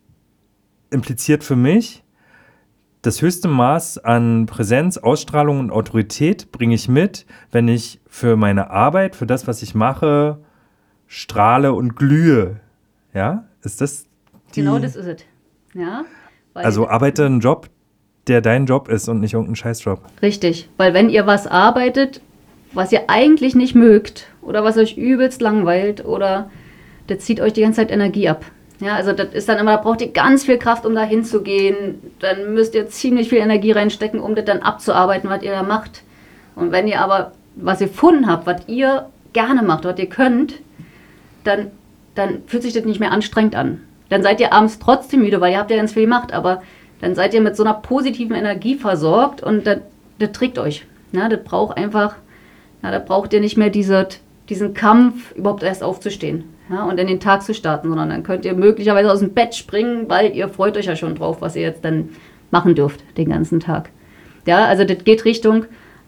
impliziert für mich, das höchste Maß an Präsenz, Ausstrahlung und Autorität bringe ich mit, wenn ich für meine Arbeit, für das, was ich mache, strahle und glühe. Ja? Ist das Genau das ist es. Ja? Also arbeite einen Job, der dein Job ist und nicht irgendein Scheißjob. Richtig, weil wenn ihr was arbeitet, was ihr eigentlich nicht mögt oder was euch übelst langweilt oder das zieht euch die ganze Zeit Energie ab. Ja, also das ist dann immer, da braucht ihr ganz viel Kraft, um da hinzugehen. Dann müsst ihr ziemlich viel Energie reinstecken, um das dann abzuarbeiten, was ihr da macht. Und wenn ihr aber was ihr gefunden habt, was ihr gerne macht, was ihr könnt, dann fühlt sich das nicht mehr anstrengend an. Dann seid ihr abends trotzdem müde, weil ihr habt ja ganz viel gemacht, aber dann seid ihr mit so einer positiven Energie versorgt und das trägt euch. Ja, das braucht einfach, da braucht ihr nicht mehr diesen Kampf, überhaupt erst aufzustehen, ja, und in den Tag zu starten, sondern dann könnt ihr möglicherweise aus dem Bett springen, weil ihr freut euch ja schon drauf, was ihr jetzt dann machen dürft den ganzen Tag. Ja, also das geht Richtung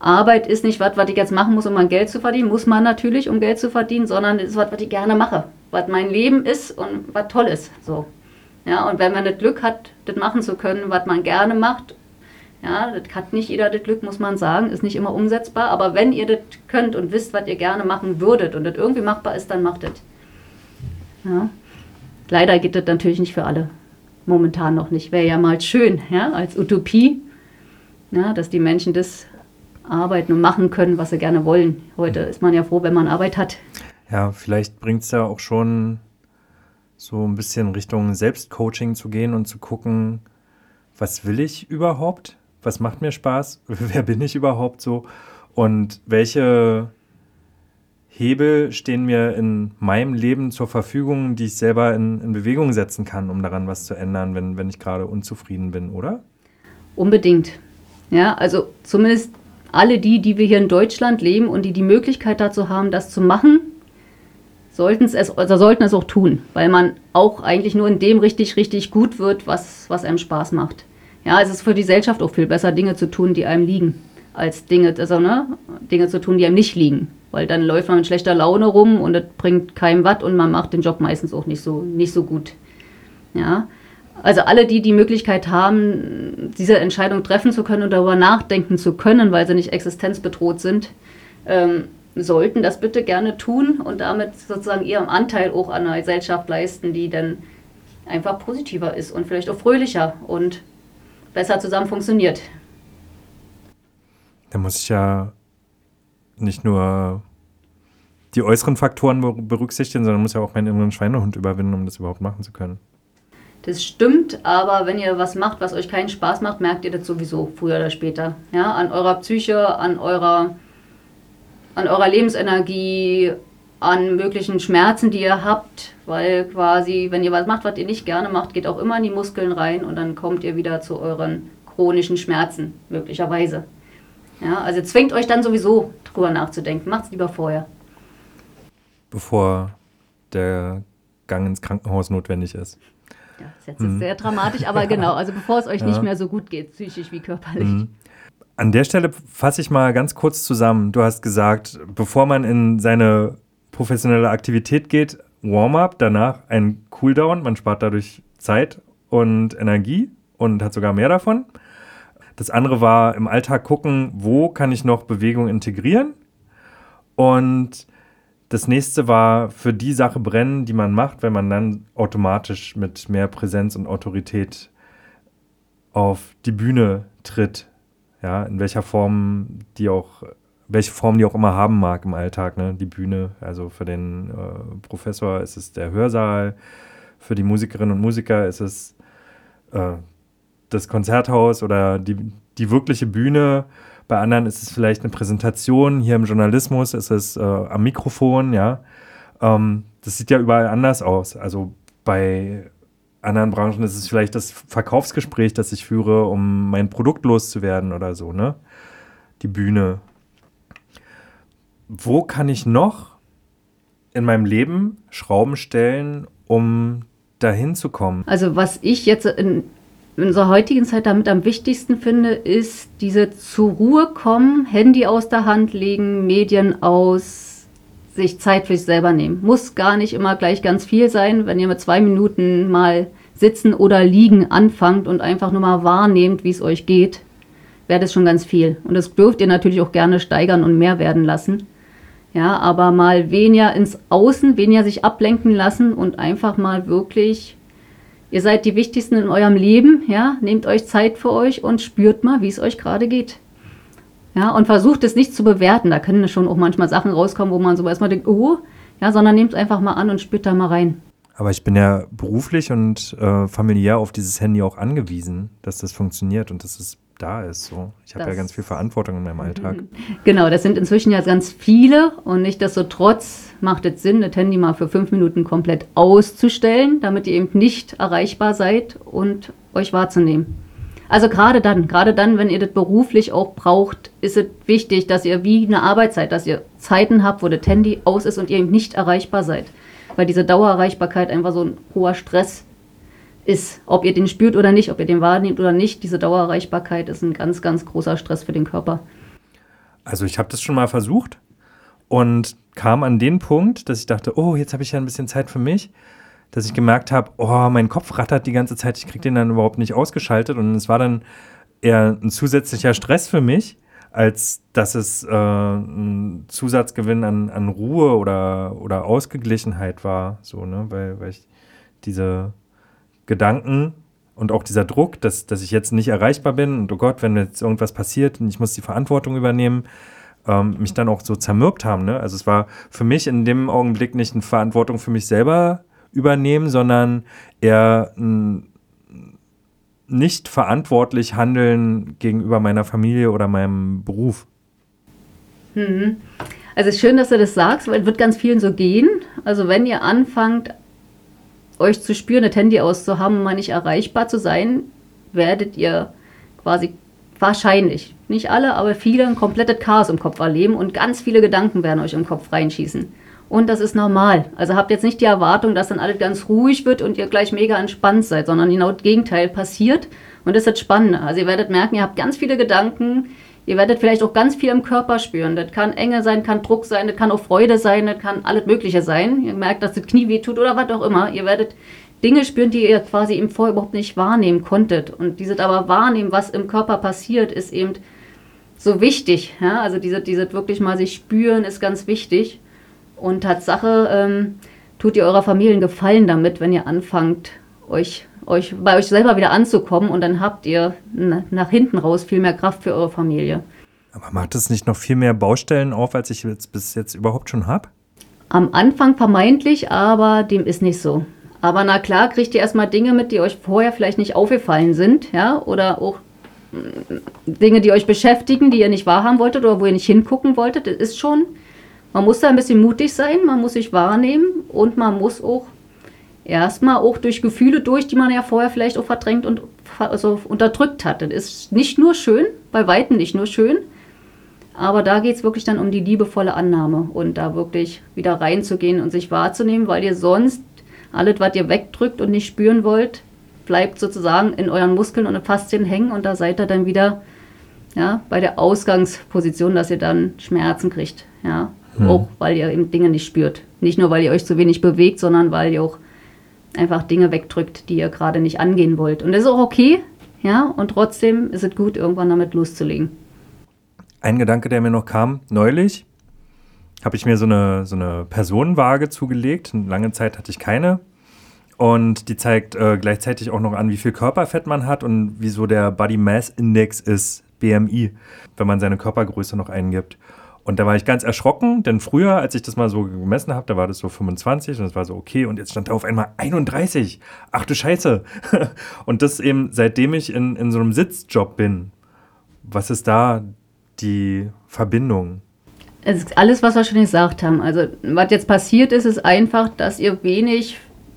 Arbeit ist nicht was ich jetzt machen muss, um mein Geld zu verdienen, muss man natürlich, um Geld zu verdienen, sondern es ist was ich gerne mache, was mein Leben ist und was toll ist. So. Ja, und wenn man das Glück hat, das machen zu können, was man gerne macht, ja, das hat nicht jeder das Glück, muss man sagen, ist nicht immer umsetzbar, aber wenn ihr das könnt und wisst, was ihr gerne machen würdet und das irgendwie machbar ist, dann macht das. Ja. Leider geht das natürlich nicht für alle. Momentan noch nicht. Wäre ja mal schön, ja, als Utopie, ja, dass die Menschen das arbeiten und machen können, was sie gerne wollen. Heute ist man ja froh, wenn man Arbeit hat. Ja, vielleicht bringt es ja auch schon so ein bisschen Richtung Selbstcoaching zu gehen und zu gucken, was will ich überhaupt? Was macht mir Spaß? Wer bin ich überhaupt so? Und welche Hebel stehen mir in meinem Leben zur Verfügung, die ich selber in Bewegung setzen kann, um daran was zu ändern, wenn ich gerade unzufrieden bin, oder? Unbedingt. Ja, also zumindest alle die wir hier in Deutschland leben und die Möglichkeit dazu haben, das zu machen, sollten es auch tun, weil man auch eigentlich nur in dem richtig gut wird, was einem Spaß macht. Ja, es ist für die Gesellschaft auch viel besser, Dinge zu tun, die einem liegen, als Dinge zu tun, die einem nicht liegen. Weil dann läuft man mit schlechter Laune rum und das bringt keinem was und man macht den Job meistens auch nicht so gut. Ja, also alle, die Möglichkeit haben, diese Entscheidung treffen zu können und darüber nachdenken zu können, weil sie nicht existenzbedroht sind, sollten das bitte gerne tun und damit sozusagen ihren Anteil auch an der Gesellschaft leisten, die dann einfach positiver ist und vielleicht auch fröhlicher und besser zusammen funktioniert. Da muss ich ja nicht nur die äußeren Faktoren berücksichtigen, sondern muss ja auch meinen inneren Schweinehund überwinden, um das überhaupt machen zu können. Das stimmt, aber wenn ihr was macht, was euch keinen Spaß macht, merkt ihr das sowieso, früher oder später. Ja, an eurer Psyche, an eurer Lebensenergie, an möglichen Schmerzen, die ihr habt, weil quasi, wenn ihr was macht, was ihr nicht gerne macht, geht auch immer in die Muskeln rein und dann kommt ihr wieder zu euren chronischen Schmerzen, möglicherweise. Ja, also zwingt euch dann sowieso drüber nachzudenken. Macht's lieber vorher. Bevor der Gang ins Krankenhaus notwendig ist. Ja, das ist jetzt sehr dramatisch, aber genau, also bevor es euch nicht mehr so gut geht, psychisch wie körperlich. An der Stelle fasse ich mal ganz kurz zusammen. Du hast gesagt, bevor man in seine professionelle Aktivität geht, Warm-up, danach ein Cooldown. Man spart dadurch Zeit und Energie und hat sogar mehr davon. Das andere war im Alltag gucken, wo kann ich noch Bewegung integrieren. Und das nächste war für die Sache brennen, die man macht, wenn man dann automatisch mit mehr Präsenz und Autorität auf die Bühne tritt. Ja, in welcher Form welche Form die auch immer haben mag im Alltag, ne? Die Bühne, also für den Professor ist es der Hörsaal, für die Musikerinnen und Musiker ist es das Konzerthaus oder die wirkliche Bühne. Bei anderen ist es vielleicht eine Präsentation. Hier im Journalismus ist es am Mikrofon, ja. Das sieht ja überall anders aus. Also bei anderen Branchen ist es vielleicht das Verkaufsgespräch, das ich führe, um mein Produkt loszuwerden oder so, ne? Die Bühne. Wo kann ich noch in meinem Leben Schrauben stellen, um dahin zu kommen? Also was ich jetzt in unserer heutigen Zeit damit am wichtigsten finde, ist diese zur Ruhe kommen, Handy aus der Hand legen, Medien aus, sich Zeit für sich selber nehmen. Muss gar nicht immer gleich ganz viel sein, wenn ihr mit 2 Minuten mal sitzen oder liegen anfangt und einfach nur mal wahrnehmt, wie es euch geht, wäre das schon ganz viel. Und das dürft ihr natürlich auch gerne steigern und mehr werden lassen. Ja, aber mal weniger ins Außen, weniger sich ablenken lassen und einfach mal wirklich, ihr seid die Wichtigsten in eurem Leben, ja, nehmt euch Zeit für euch und spürt mal, wie es euch gerade geht. Ja, und versucht es nicht zu bewerten, da können schon auch manchmal Sachen rauskommen, wo man so erstmal denkt, oh, ja, sondern nehmt es einfach mal an und spürt da mal rein. Aber ich bin ja beruflich und familiär auf dieses Handy auch angewiesen, dass das funktioniert und dass es da ist. So. Ich habe ja ganz viel Verantwortung in meinem Alltag. Genau, das sind inzwischen ja ganz viele und nichtsdestotrotz macht es Sinn, das Handy mal für 5 Minuten komplett auszustellen, damit ihr eben nicht erreichbar seid und euch wahrzunehmen. Also gerade dann, wenn ihr das beruflich auch braucht, ist es wichtig, dass ihr wie eine Arbeitszeit, dass ihr Zeiten habt, wo das Handy aus ist und ihr eben nicht erreichbar seid. Weil diese Dauererreichbarkeit einfach so ein hoher Stress ist. Ob ihr den spürt oder nicht, ob ihr den wahrnehmt oder nicht, diese Dauererreichbarkeit ist ein ganz, ganz großer Stress für den Körper. Also ich habe das schon mal versucht und kam an den Punkt, dass ich dachte, oh, jetzt habe ich ja ein bisschen Zeit für mich, dass ich gemerkt habe, oh, mein Kopf rattert die ganze Zeit, ich kriege den dann überhaupt nicht ausgeschaltet und es war dann eher ein zusätzlicher Stress für mich, als dass es ein Zusatzgewinn an Ruhe oder Ausgeglichenheit war, so, ne, weil ich diese Gedanken und auch dieser Druck, dass ich jetzt nicht erreichbar bin und oh Gott, wenn jetzt irgendwas passiert und ich muss die Verantwortung übernehmen, mich dann auch so zermürbt haben. Ne? Also es war für mich in dem Augenblick nicht eine Verantwortung für mich selber übernehmen, sondern eher nicht verantwortlich handeln gegenüber meiner Familie oder meinem Beruf. Mhm. Also es ist schön, dass du das sagst, weil es wird ganz vielen so gehen. Also wenn ihr anfangt, euch zu spüren, das Handy auszuhaben und mal nicht erreichbar zu sein, werdet ihr quasi wahrscheinlich, nicht alle, aber viele, ein komplettes Chaos im Kopf erleben und ganz viele Gedanken werden euch im Kopf reinschießen. Und das ist normal. Also habt jetzt nicht die Erwartung, dass dann alles ganz ruhig wird und ihr gleich mega entspannt seid, sondern genau das Gegenteil passiert und das ist das Spannende. Also ihr werdet merken, ihr habt ganz viele Gedanken, ihr werdet vielleicht auch ganz viel im Körper spüren. Das kann Enge sein, kann Druck sein, das kann auch Freude sein, das kann alles Mögliche sein. Ihr merkt, dass das Knie weh tut oder was auch immer. Ihr werdet Dinge spüren, die ihr quasi im Vorher überhaupt nicht wahrnehmen konntet. Und dieses aber wahrnehmen, was im Körper passiert, ist eben so wichtig. Ja? Also dieses wirklich mal sich spüren ist ganz wichtig. Und Tatsache tut ihr eurer Familie einen Gefallen damit, wenn ihr anfangt, euch bei euch selber wieder anzukommen und dann habt ihr nach hinten raus viel mehr Kraft für eure Familie. Aber macht es nicht noch viel mehr Baustellen auf, als ich jetzt bis jetzt überhaupt schon habe? Am Anfang vermeintlich, aber dem ist nicht so. Aber na klar, kriegt ihr erstmal Dinge mit, die euch vorher vielleicht nicht aufgefallen sind, ja, oder auch Dinge, die euch beschäftigen, die ihr nicht wahrhaben wolltet oder wo ihr nicht hingucken wolltet. Das ist schon, man muss da ein bisschen mutig sein, man muss sich wahrnehmen und man muss auch erstmal auch durch Gefühle durch, die man ja vorher vielleicht auch verdrängt und also unterdrückt hat. Das ist nicht nur schön, bei Weitem nicht nur schön, aber da geht es wirklich dann um die liebevolle Annahme und da wirklich wieder reinzugehen und sich wahrzunehmen, weil ihr sonst alles, was ihr wegdrückt und nicht spüren wollt, bleibt sozusagen in euren Muskeln und in Faszien hängen und da seid ihr dann wieder ja, bei der Ausgangsposition, dass ihr dann Schmerzen kriegt. Ja? Auch weil ihr eben Dinge nicht spürt. Nicht nur, weil ihr euch zu wenig bewegt, sondern weil ihr auch einfach Dinge wegdrückt, die ihr gerade nicht angehen wollt. Und das ist auch okay, ja, und trotzdem ist es gut, irgendwann damit loszulegen. Ein Gedanke, der mir noch kam, neulich habe ich mir so eine Personenwaage zugelegt. Lange Zeit hatte ich keine. Und die zeigt gleichzeitig auch noch an, wie viel Körperfett man hat und wie so der Body Mass Index ist, BMI, wenn man seine Körpergröße noch eingibt. Und da war ich ganz erschrocken, denn früher, als ich das mal so gemessen habe, da war das so 25 und es war so okay und jetzt stand da auf einmal 31. Ach du Scheiße. Und das eben, seitdem ich in so einem Sitzjob bin. Was ist da die Verbindung? Es ist alles, was wir schon gesagt haben. Also was jetzt passiert ist, ist einfach, dass ihr wenig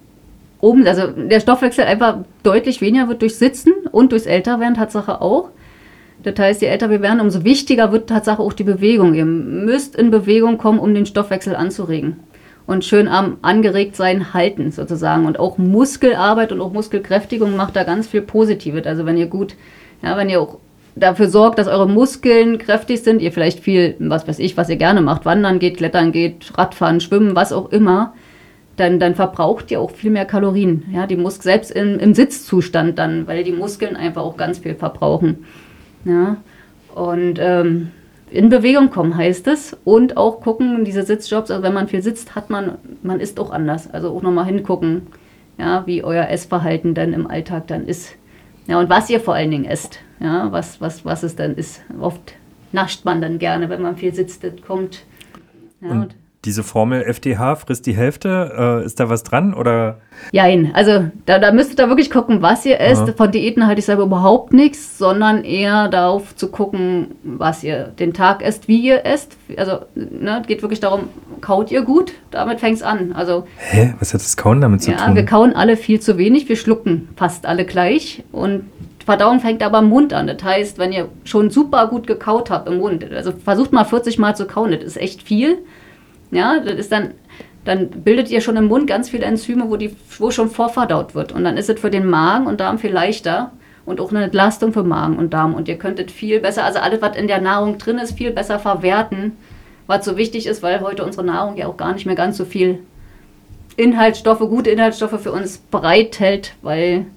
also der Stoffwechsel einfach deutlich weniger wird durch Sitzen und durchs Älterwerden, Tatsache auch. Das heißt, je älter wir werden, umso wichtiger wird Tatsache auch die Bewegung. Ihr müsst in Bewegung kommen, um den Stoffwechsel anzuregen. Und schön am Angeregtsein halten sozusagen. Und auch Muskelarbeit und auch Muskelkräftigung macht da ganz viel Positives. Also wenn ihr wenn ihr auch dafür sorgt, dass eure Muskeln kräftig sind, ihr vielleicht viel, was weiß ich, was ihr gerne macht, wandern geht, klettern geht, Radfahren, schwimmen, was auch immer, dann verbraucht ihr auch viel mehr Kalorien. Ja, die selbst im Sitzzustand dann, weil die Muskeln einfach auch ganz viel verbrauchen. Ja, und in Bewegung kommen heißt es und auch gucken, diese Sitzjobs, also wenn man viel sitzt, man isst auch anders. Also auch nochmal hingucken, ja, wie euer Essverhalten dann im Alltag dann ist. Ja, und was ihr vor allen Dingen esst, ja, was es dann ist. Oft nascht man dann gerne, wenn man viel sitzt, das kommt. Ja, und diese Formel FDH frisst die Hälfte, ist da was dran oder? Jein, also da müsstet ihr wirklich gucken, was ihr esst. Aha. Von Diäten halte ich selber überhaupt nichts, sondern eher darauf zu gucken, was ihr den Tag esst, wie ihr esst. Also es geht wirklich darum, kaut ihr gut? Damit fängt es an. Also, hä? Was hat das Kauen damit zu tun? Ja, wir kauen alle viel zu wenig, wir schlucken fast alle gleich und Verdauung fängt aber im Mund an. Das heißt, wenn ihr schon super gut gekaut habt im Mund, also versucht mal 40 Mal zu kauen, das ist echt viel. Ja, das ist dann bildet ihr schon im Mund ganz viele Enzyme, wo schon vorverdaut wird. Und dann ist es für den Magen und Darm viel leichter. und auch eine Entlastung für Magen und Darm. Und ihr könntet viel besser, also alles, was in der Nahrung drin ist, viel besser verwerten, was so wichtig ist, weil heute unsere Nahrung ja auch gar nicht mehr ganz so viel gute Inhaltsstoffe für uns bereithält, weil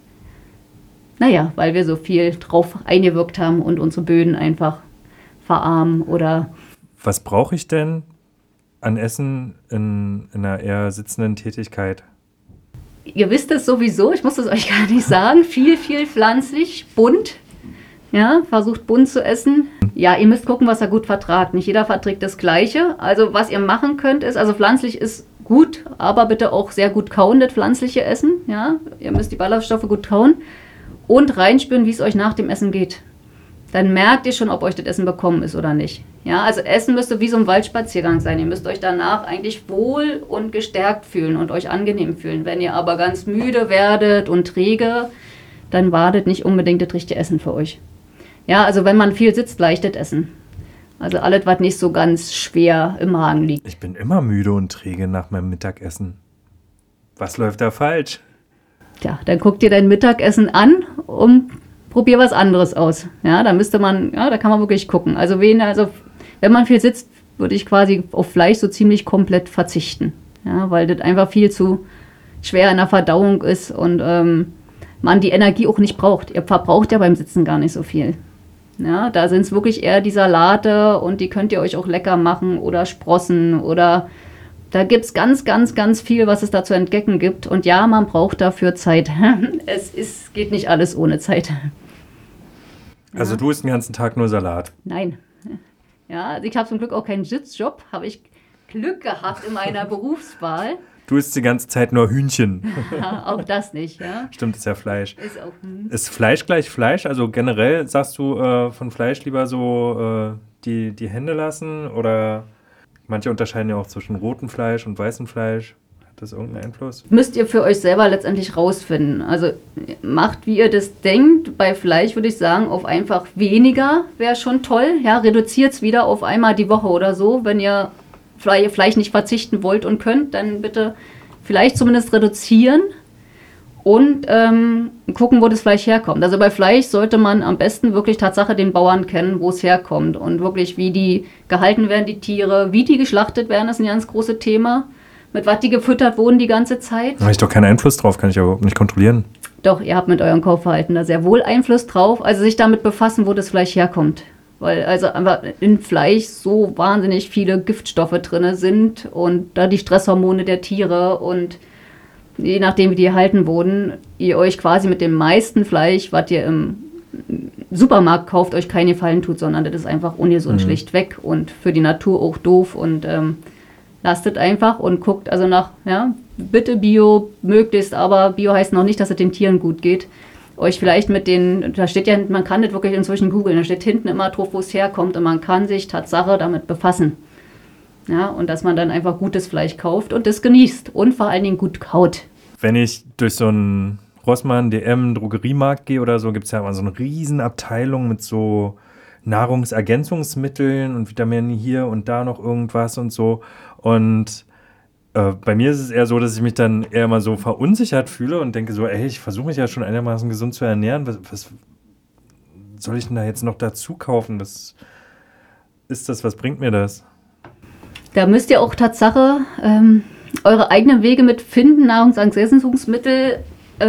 wir so viel drauf eingewirkt haben und unsere Böden einfach verarmen oder... Was brauche ich denn an Essen in einer eher sitzenden Tätigkeit? Ihr wisst es sowieso, ich muss es euch gar nicht sagen, viel pflanzlich, bunt. Ja, versucht bunt zu essen. Ja, ihr müsst gucken, was er gut vertragt. Nicht jeder verträgt das Gleiche. Also was ihr machen könnt ist, also pflanzlich ist gut, aber bitte auch sehr gut kauen, das pflanzliche Essen. Ja, ihr müsst die Ballaststoffe gut kauen und reinspüren, wie es euch nach dem Essen geht. Dann merkt ihr schon, ob euch das Essen bekommen ist oder nicht. Ja, also Essen müsste wie so ein Waldspaziergang sein. Ihr müsst euch danach eigentlich wohl und gestärkt fühlen und euch angenehm fühlen. Wenn ihr aber ganz müde werdet und träge, dann war das nicht unbedingt das richtige Essen für euch. Ja, also wenn man viel sitzt, leichtet Essen. Also alles, was nicht so ganz schwer im Magen liegt. Ich bin immer müde und träge nach meinem Mittagessen. Was läuft da falsch? Tja, dann guck dir dein Mittagessen an und probier was anderes aus. Ja, da kann man wirklich gucken. Also wenn man viel sitzt, würde ich quasi auf Fleisch so ziemlich komplett verzichten. Ja, weil das einfach viel zu schwer in der Verdauung ist und man die Energie auch nicht braucht. Ihr verbraucht ja beim Sitzen gar nicht so viel. Ja, da sind es wirklich eher die Salate und die könnt ihr euch auch lecker machen oder Sprossen oder da gibt es ganz, ganz, ganz viel, was es da zu entdecken gibt. Und ja, man braucht dafür Zeit. Geht nicht alles ohne Zeit. Also du isst den ganzen Tag nur Salat? Nein. Ja, also ich habe zum Glück auch keinen Sitzjob. Habe ich Glück gehabt in meiner Berufswahl. Du isst die ganze Zeit nur Hühnchen. Ja, auch das nicht, ja. Stimmt, ist ja Fleisch. Ist auch. Ist Fleisch gleich Fleisch? Also generell sagst du von Fleisch lieber so die Hände lassen? Oder manche unterscheiden ja auch zwischen rotem Fleisch und weißem Fleisch. Hat das irgendeinen Einfluss? Müsst ihr für euch selber letztendlich rausfinden. Also macht, wie ihr das denkt. Bei Fleisch würde ich sagen, auf einfach weniger wäre schon toll. Ja, reduziert es wieder auf einmal die Woche oder so, wenn ihr Fleisch nicht verzichten wollt und könnt, dann bitte vielleicht zumindest reduzieren und gucken, wo das Fleisch herkommt. Also bei Fleisch sollte man am besten wirklich Tatsache den Bauern kennen, wo es herkommt und wirklich, wie die gehalten werden, die Tiere, wie die geschlachtet werden, das ist ein ganz großes Thema. Mit was die gefüttert wurden die ganze Zeit. Da habe ich doch keinen Einfluss drauf, kann ich ja überhaupt nicht kontrollieren. Doch, ihr habt mit eurem Kaufverhalten da sehr wohl Einfluss drauf, also sich damit befassen, wo das Fleisch herkommt. Weil also einfach in Fleisch so wahnsinnig viele Giftstoffe drin sind und da die Stresshormone der Tiere und je nachdem, wie die erhalten wurden, ihr euch quasi mit dem meisten Fleisch, was ihr im Supermarkt kauft, euch keine Gefallen tut, sondern das ist einfach ungesund schlichtweg und für die Natur auch doof und lasst einfach und guckt also nach, ja, bitte Bio, möglichst, aber Bio heißt noch nicht, dass es den Tieren gut geht. Euch vielleicht da steht ja, man kann das wirklich inzwischen googeln, da steht hinten immer drauf, wo es herkommt und man kann sich Tatsache damit befassen. Ja, und dass man dann einfach gutes Fleisch kauft und das genießt und vor allen Dingen gut kaut. Wenn ich durch so einen Rossmann, DM, Drogeriemarkt gehe oder so, gibt es ja immer so eine riesen Abteilung mit so Nahrungsergänzungsmitteln und Vitaminen hier und da noch irgendwas und so. Und bei mir ist es eher so, dass ich mich dann eher mal so verunsichert fühle und denke so, ich versuche mich ja schon einigermaßen gesund zu ernähren. Was soll ich denn da jetzt noch dazu kaufen? Was ist das? Was bringt mir das? Da müsst ihr auch Tatsache eure eigenen Wege mit finden. Nahrungsergänzungsmittel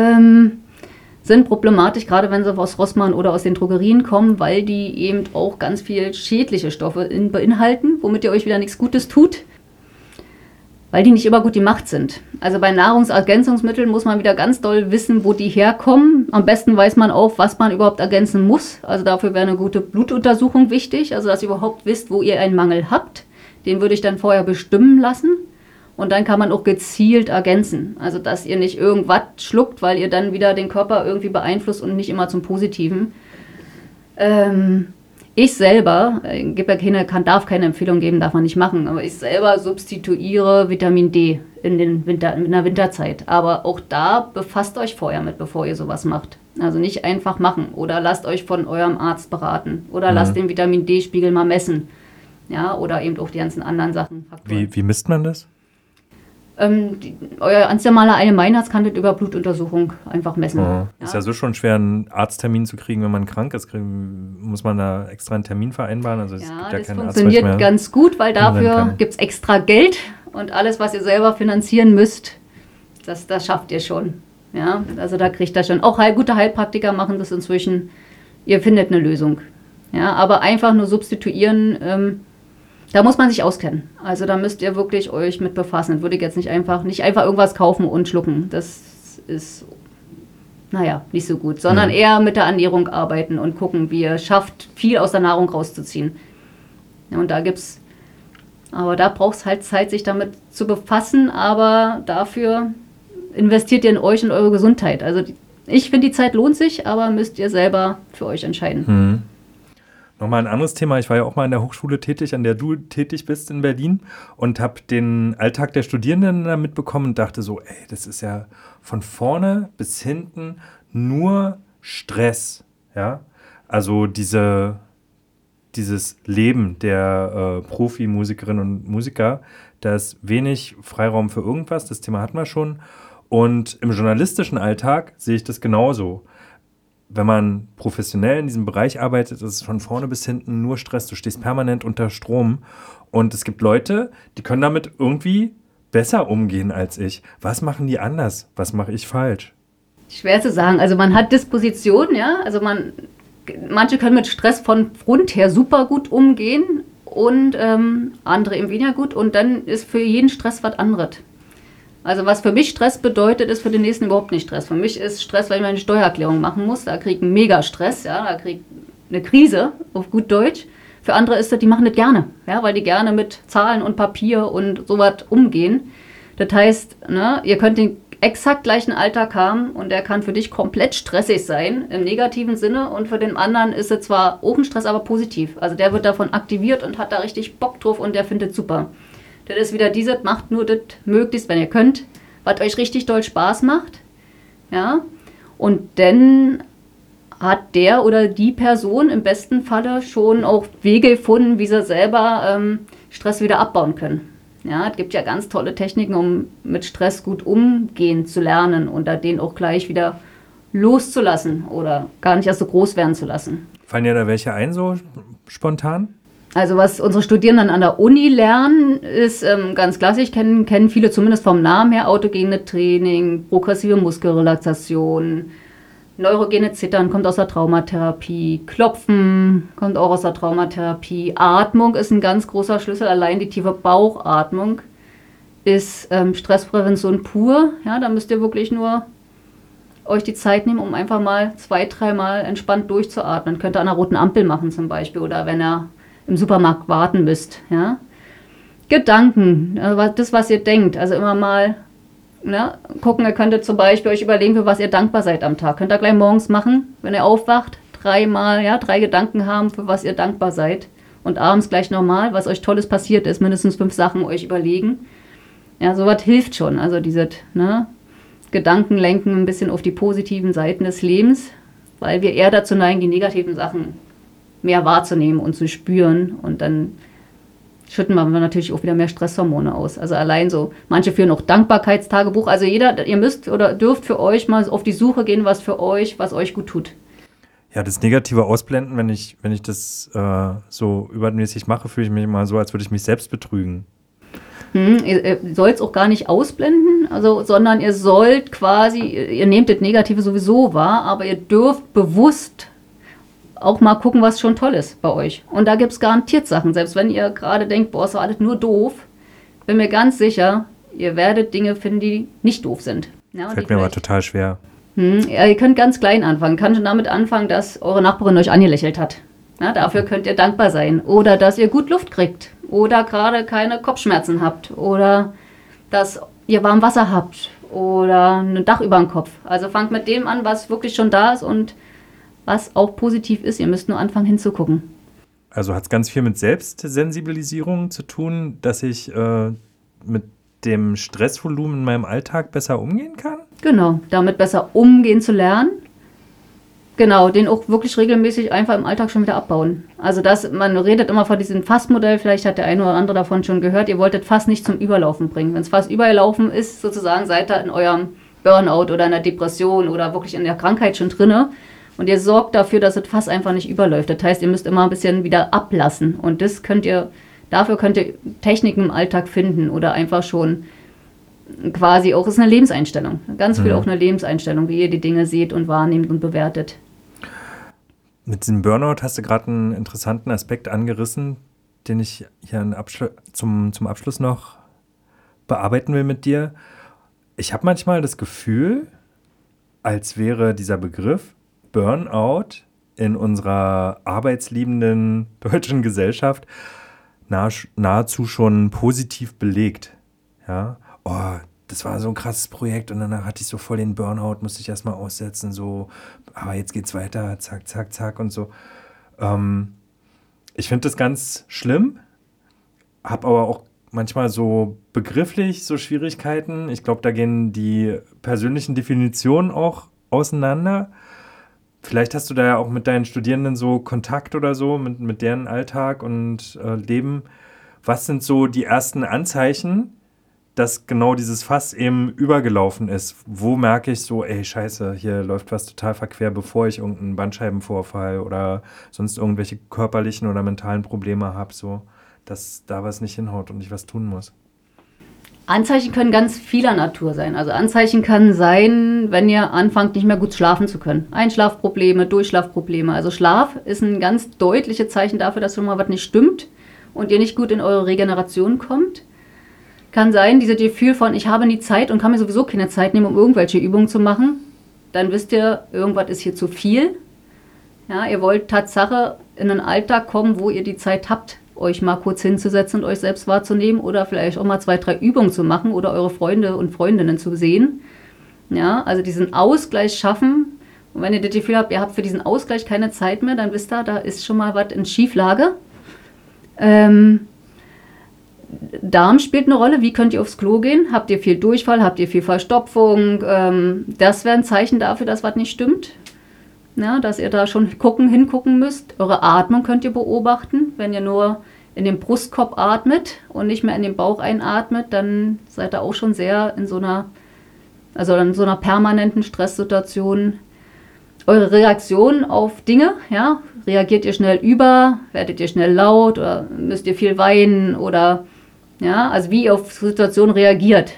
sind problematisch, gerade wenn sie aus Rossmann oder aus den Drogerien kommen, weil die eben auch ganz viel schädliche Stoffe beinhalten, womit ihr euch wieder nichts Gutes tut. Weil die nicht immer gut die Macht sind. Also bei Nahrungsergänzungsmitteln muss man wieder ganz doll wissen, wo die herkommen. Am besten weiß man auch, was man überhaupt ergänzen muss. Also dafür wäre eine gute Blutuntersuchung wichtig, also dass ihr überhaupt wisst, wo ihr einen Mangel habt. Den würde ich dann vorher bestimmen lassen. Und dann kann man auch gezielt ergänzen. Also dass ihr nicht irgendwas schluckt, weil ihr dann wieder den Körper irgendwie beeinflusst und nicht immer zum Positiven. Ich selber, darf keine Empfehlung geben, darf man nicht machen, aber ich selber substituiere Vitamin D in der Winterzeit. Aber auch da befasst euch vorher mit, bevor ihr sowas macht. Also nicht einfach machen oder lasst euch von eurem Arzt beraten oder lasst den Vitamin D-Spiegel mal messen. Ja, oder eben auch die ganzen anderen Sachen. Wie misst man das? Euer ganz normaler Allgemeinarzt kann das über Blutuntersuchung einfach messen. Ja. Ist ja so schon schwer, einen Arzttermin zu kriegen, wenn man krank ist. Muss man da extra einen Termin vereinbaren? Also es gibt ja Das keinen funktioniert Arzt, ganz gut, weil dafür gibt es extra Geld und alles, was ihr selber finanzieren müsst, das schafft ihr schon. Ja, also da kriegt ihr schon. Auch gute Heilpraktiker machen das inzwischen. Ihr findet eine Lösung. Ja, aber einfach nur substituieren, da muss man sich auskennen. Also da müsst ihr wirklich euch mit befassen. Das würde ich jetzt nicht einfach irgendwas kaufen und schlucken. Das ist, nicht so gut. Sondern eher mit der Ernährung arbeiten und gucken, wie ihr schafft, viel aus der Nahrung rauszuziehen. Ja, und da braucht es halt Zeit, sich damit zu befassen. Aber dafür investiert ihr in euch und eure Gesundheit. Also ich finde, die Zeit lohnt sich, aber müsst ihr selber für euch entscheiden. Nochmal ein anderes Thema. Ich war ja auch mal in der Hochschule tätig, an der du tätig bist in Berlin und habe den Alltag der Studierenden da mitbekommen und dachte so, das ist ja von vorne bis hinten nur Stress. Ja? Also dieses Leben der Profimusikerinnen und Musiker, da ist wenig Freiraum für irgendwas. Das Thema hatten wir schon. Und im journalistischen Alltag sehe ich das genauso. Wenn man professionell in diesem Bereich arbeitet, ist es von vorne bis hinten nur Stress. Du stehst permanent unter Strom. Und es gibt Leute, die können damit irgendwie besser umgehen als ich. Was machen die anders? Was mache ich falsch? Schwer zu sagen. Also man hat Disposition, ja. Also manche können mit Stress von Grund her super gut umgehen und andere eben weniger gut. Und dann ist für jeden Stress was anderes. Also was für mich Stress bedeutet, ist für den nächsten überhaupt nicht Stress. Für mich ist Stress, weil ich meine Steuererklärung machen muss. Da kriege ich einen Mega-Stress, ja, da kriege ich eine Krise, auf gut Deutsch. Für andere ist das, die machen das gerne, ja, weil die gerne mit Zahlen und Papier und sowas umgehen. Das heißt, ihr könnt den exakt gleichen Alltag haben und der kann für dich komplett stressig sein, im negativen Sinne. Und für den anderen ist es zwar auch ein Stress, aber positiv. Also der wird davon aktiviert und hat da richtig Bock drauf und der findet es super. Das ist wieder macht nur das möglichst, wenn ihr könnt, was euch richtig doll Spaß macht. Ja? Und dann hat der oder die Person im besten Falle schon auch Wege gefunden, wie sie selber Stress wieder abbauen können. Ja, es gibt ja ganz tolle Techniken, um mit Stress gut umgehen zu lernen und den auch gleich wieder loszulassen oder gar nicht erst so groß werden zu lassen. Fallen dir da welche ein, so spontan? Also was unsere Studierenden an der Uni lernen, ist ganz klassisch, kennen viele zumindest vom Namen her, autogene Training, progressive Muskelrelaxation, neurogene Zittern kommt aus der Traumatherapie, Klopfen kommt auch aus der Traumatherapie, Atmung ist ein ganz großer Schlüssel, allein die tiefe Bauchatmung ist Stressprävention pur. Ja, da müsst ihr wirklich nur euch die Zeit nehmen, um einfach mal 2-3 Mal entspannt durchzuatmen. Könnt ihr an einer roten Ampel machen zum Beispiel oder wenn ihr im Supermarkt warten müsst. Ja? Gedanken, das, was ihr denkt. Also immer mal gucken, ihr könntet zum Beispiel euch überlegen, für was ihr dankbar seid am Tag. Könnt ihr gleich morgens machen, wenn ihr aufwacht, 3 Gedanken haben, für was ihr dankbar seid. Und abends gleich nochmal, was euch Tolles passiert ist, mindestens 5 Sachen euch überlegen. Ja, sowas hilft schon. Also dieses Gedanken lenken ein bisschen auf die positiven Seiten des Lebens, weil wir eher dazu neigen, die negativen Sachen mehr wahrzunehmen und zu spüren und dann schütten wir natürlich auch wieder mehr Stresshormone aus. Also allein so, manche führen auch Dankbarkeitstagebuch. Also ihr müsst oder dürft für euch mal auf die Suche gehen, was euch gut tut. Ja, das Negative ausblenden, wenn ich das so übermäßig mache, fühle ich mich immer so, als würde ich mich selbst betrügen. Ihr sollt es auch gar nicht ausblenden, sondern ihr sollt quasi, ihr nehmt das Negative sowieso wahr, aber ihr dürft bewusst auch mal gucken, was schon toll ist bei euch. Und da gibt es garantiert Sachen. Selbst wenn ihr gerade denkt, boah, ist doch alles nur doof, bin mir ganz sicher, ihr werdet Dinge finden, die nicht doof sind. Ja, fällt mir aber total schwer. Ja, ihr könnt ganz klein anfangen. Kann schon damit anfangen, dass eure Nachbarin euch angelächelt hat. Ja, dafür könnt ihr dankbar sein. Oder dass ihr gut Luft kriegt. Oder gerade keine Kopfschmerzen habt. Oder dass ihr warm Wasser habt. Oder ein Dach über dem Kopf. Also fangt mit dem an, was wirklich schon da ist und was auch positiv ist. Ihr müsst nur anfangen hinzugucken. Also hat es ganz viel mit Selbstsensibilisierung zu tun, dass ich mit dem Stressvolumen in meinem Alltag besser umgehen kann? Genau, damit besser umgehen zu lernen. Genau, den auch wirklich regelmäßig einfach im Alltag schon wieder abbauen. Also man redet immer von diesem Fassmodell, vielleicht hat der eine oder andere davon schon gehört, ihr wolltet Fass nicht zum Überlaufen bringen. Wenn es Fass überlaufen ist, sozusagen seid ihr in eurem Burnout oder in der Depression oder wirklich in der Krankheit schon drinne und ihr sorgt dafür, dass das Fass einfach nicht überläuft. Das heißt, ihr müsst immer ein bisschen wieder ablassen und dafür könnt ihr Techniken im Alltag finden oder einfach schon quasi auch, ist eine Lebenseinstellung. Ganz viel auch eine Lebenseinstellung, wie ihr die Dinge seht und wahrnehmt und bewertet. Mit diesem Burnout hast du gerade einen interessanten Aspekt angerissen, den ich hier zum Abschluss noch bearbeiten will mit dir. Ich habe manchmal das Gefühl, als wäre dieser Begriff Burnout in unserer arbeitsliebenden deutschen Gesellschaft nahezu schon positiv belegt. Ja? Oh, das war so ein krasses Projekt und danach hatte ich so voll den Burnout, musste ich erstmal aussetzen, so, aber jetzt geht's weiter, zack, zack, zack und so. Ich finde das ganz schlimm, habe aber auch manchmal so begrifflich so Schwierigkeiten. Ich glaube, da gehen die persönlichen Definitionen auch auseinander. Vielleicht hast du da ja auch mit deinen Studierenden so Kontakt oder so, mit deren Alltag und Leben. Was sind so die ersten Anzeichen, dass genau dieses Fass eben übergelaufen ist? Wo merke ich so, ey, scheiße, hier läuft was total verquer, bevor ich irgendeinen Bandscheibenvorfall oder sonst irgendwelche körperlichen oder mentalen Probleme habe, so, dass da was nicht hinhaut und ich was tun muss? Anzeichen können ganz vieler Natur sein. Also Anzeichen kann sein, wenn ihr anfangt, nicht mehr gut schlafen zu können. Einschlafprobleme, Durchschlafprobleme. Also Schlaf ist ein ganz deutliches Zeichen dafür, dass schon mal was nicht stimmt und ihr nicht gut in eure Regeneration kommt. Kann sein, dieses Gefühl von, ich habe nie Zeit und kann mir sowieso keine Zeit nehmen, um irgendwelche Übungen zu machen. Dann wisst ihr, irgendwas ist hier zu viel. Ja, ihr wollt Tatsache in einen Alltag kommen, wo ihr die Zeit habt, euch mal kurz hinzusetzen und euch selbst wahrzunehmen oder vielleicht auch mal 2, 3 Übungen zu machen oder eure Freunde und Freundinnen zu sehen. Ja, also diesen Ausgleich schaffen. Und wenn ihr das Gefühl habt, ihr habt für diesen Ausgleich keine Zeit mehr, dann wisst ihr, da ist schon mal was in Schieflage. Darm spielt eine Rolle. Wie könnt ihr aufs Klo gehen? Habt ihr viel Durchfall? Habt ihr viel Verstopfung? Das wäre ein Zeichen dafür, dass was nicht stimmt. Ja, dass ihr da schon hingucken müsst. Eure Atmung könnt ihr beobachten. Wenn ihr nur in den Brustkorb atmet und nicht mehr in den Bauch einatmet, dann seid ihr auch schon sehr in so einer permanenten Stresssituation. Eure Reaktion auf Dinge, ja, reagiert ihr schnell werdet ihr schnell laut oder müsst ihr viel weinen oder, ja, also wie ihr auf Situationen reagiert,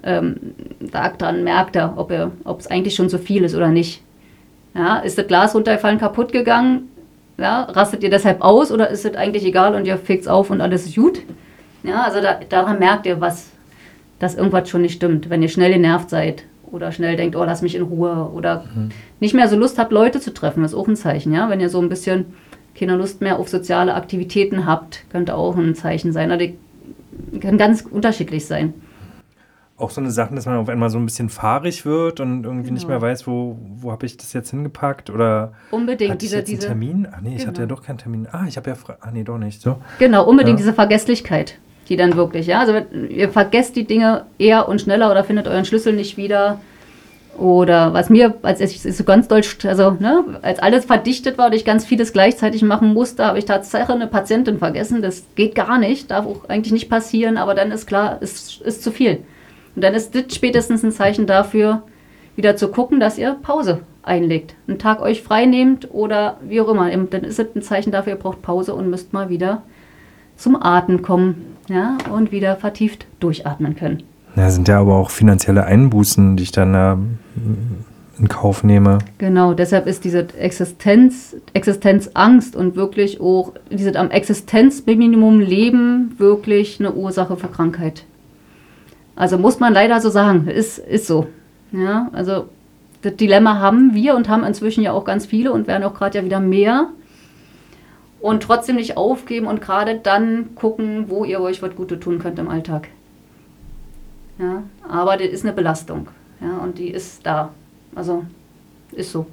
merkt ihr, ob es eigentlich schon zu viel ist oder nicht. Ja, ist das Glas runtergefallen, kaputt gegangen, ja, rastet ihr deshalb aus oder ist es eigentlich egal und ihr fickt's auf und alles ist gut? Ja, also daran merkt ihr, dass irgendwas schon nicht stimmt, wenn ihr schnell genervt seid. Oder schnell denkt, oh, lass mich in Ruhe. Oder nicht mehr so Lust habt, Leute zu treffen. Das ist auch ein Zeichen, ja. Wenn ihr so ein bisschen keine Lust mehr auf soziale Aktivitäten habt, könnte auch ein Zeichen sein. Also die können ganz unterschiedlich sein. Auch so eine Sache, dass man auf einmal so ein bisschen fahrig wird und irgendwie nicht mehr weiß, wo habe ich das jetzt hingepackt? Oder unbedingt hatte ich jetzt einen Termin? Ach nee, ich hatte ja doch keinen Termin. Ich habe ja nee, doch nicht. So. Genau, unbedingt diese Vergesslichkeit. Die dann wirklich, ja, also ihr vergesst die Dinge eher und schneller oder findet euren Schlüssel nicht wieder. Oder was mir, als ich so ganz deutsch, also als alles verdichtet war und ich ganz vieles gleichzeitig machen musste, habe ich tatsächlich eine Patientin vergessen. Das geht gar nicht, darf auch eigentlich nicht passieren, aber dann ist klar, es ist zu viel. Und dann ist das spätestens ein Zeichen dafür, wieder zu gucken, dass ihr Pause einlegt. Einen Tag euch frei nehmt oder wie auch immer. Dann ist es ein Zeichen dafür, ihr braucht Pause und müsst mal wieder zum Atmen kommen, ja, und wieder vertieft durchatmen können. Ja, sind ja aber auch finanzielle Einbußen, die ich dann in Kauf nehme. Genau, deshalb ist diese Existenzangst und wirklich auch dieses am Existenzminimum leben wirklich eine Ursache für Krankheit. Also muss man leider so sagen, ist so. Ja, also das Dilemma haben wir und haben inzwischen ja auch ganz viele und werden auch gerade ja wieder mehr. Und trotzdem nicht aufgeben und gerade dann gucken, wo ihr euch was Gutes tun könnt im Alltag. Ja, aber das ist eine Belastung. Ja, und die ist da. Also, ist so.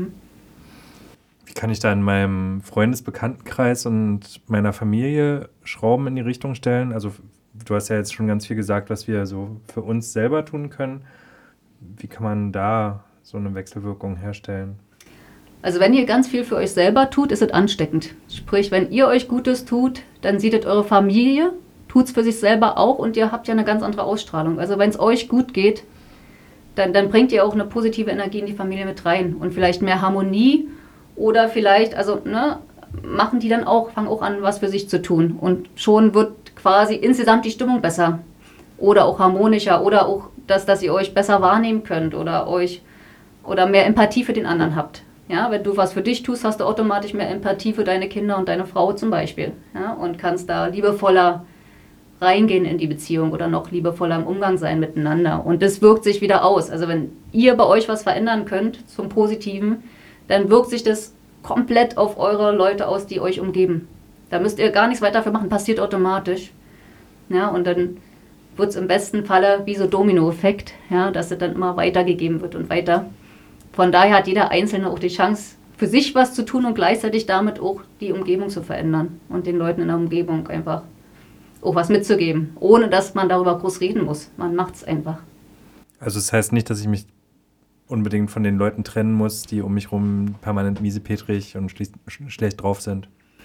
Wie kann ich da in meinem Freundesbekanntenkreis und meiner Familie Schrauben in die Richtung stellen? Also, du hast ja jetzt schon ganz viel gesagt, was wir so für uns selber tun können. Wie kann man da so eine Wechselwirkung herstellen? Also wenn ihr ganz viel für euch selber tut, ist es ansteckend. Sprich, wenn ihr euch Gutes tut, dann sieht es eure Familie, tut es für sich selber auch und ihr habt ja eine ganz andere Ausstrahlung. Also wenn es euch gut geht, dann bringt ihr auch eine positive Energie in die Familie mit rein und vielleicht mehr Harmonie oder vielleicht, also machen die dann auch, fangen auch an, was für sich zu tun und schon wird quasi insgesamt die Stimmung besser oder auch harmonischer oder auch, dass ihr euch besser wahrnehmen könnt oder mehr Empathie für den anderen habt. Ja, wenn du was für dich tust, hast du automatisch mehr Empathie für deine Kinder und deine Frau zum Beispiel, ja, und kannst da liebevoller reingehen in die Beziehung oder noch liebevoller im Umgang sein miteinander. Und das wirkt sich wieder aus. Also wenn ihr bei euch was verändern könnt zum Positiven, dann wirkt sich das komplett auf eure Leute aus, die euch umgeben. Da müsst ihr gar nichts weiter für machen, passiert automatisch. Ja, und dann wird es im besten Falle wie so Domino-Effekt, ja, dass es dann immer weitergegeben wird und weiter. Von daher hat jeder Einzelne auch die Chance, für sich was zu tun und gleichzeitig damit auch die Umgebung zu verändern und den Leuten in der Umgebung einfach auch was mitzugeben, ohne dass man darüber groß reden muss. Man macht es einfach. Also das heißt nicht, dass ich mich unbedingt von den Leuten trennen muss, die um mich rum permanent miesepetrig und schlecht drauf sind.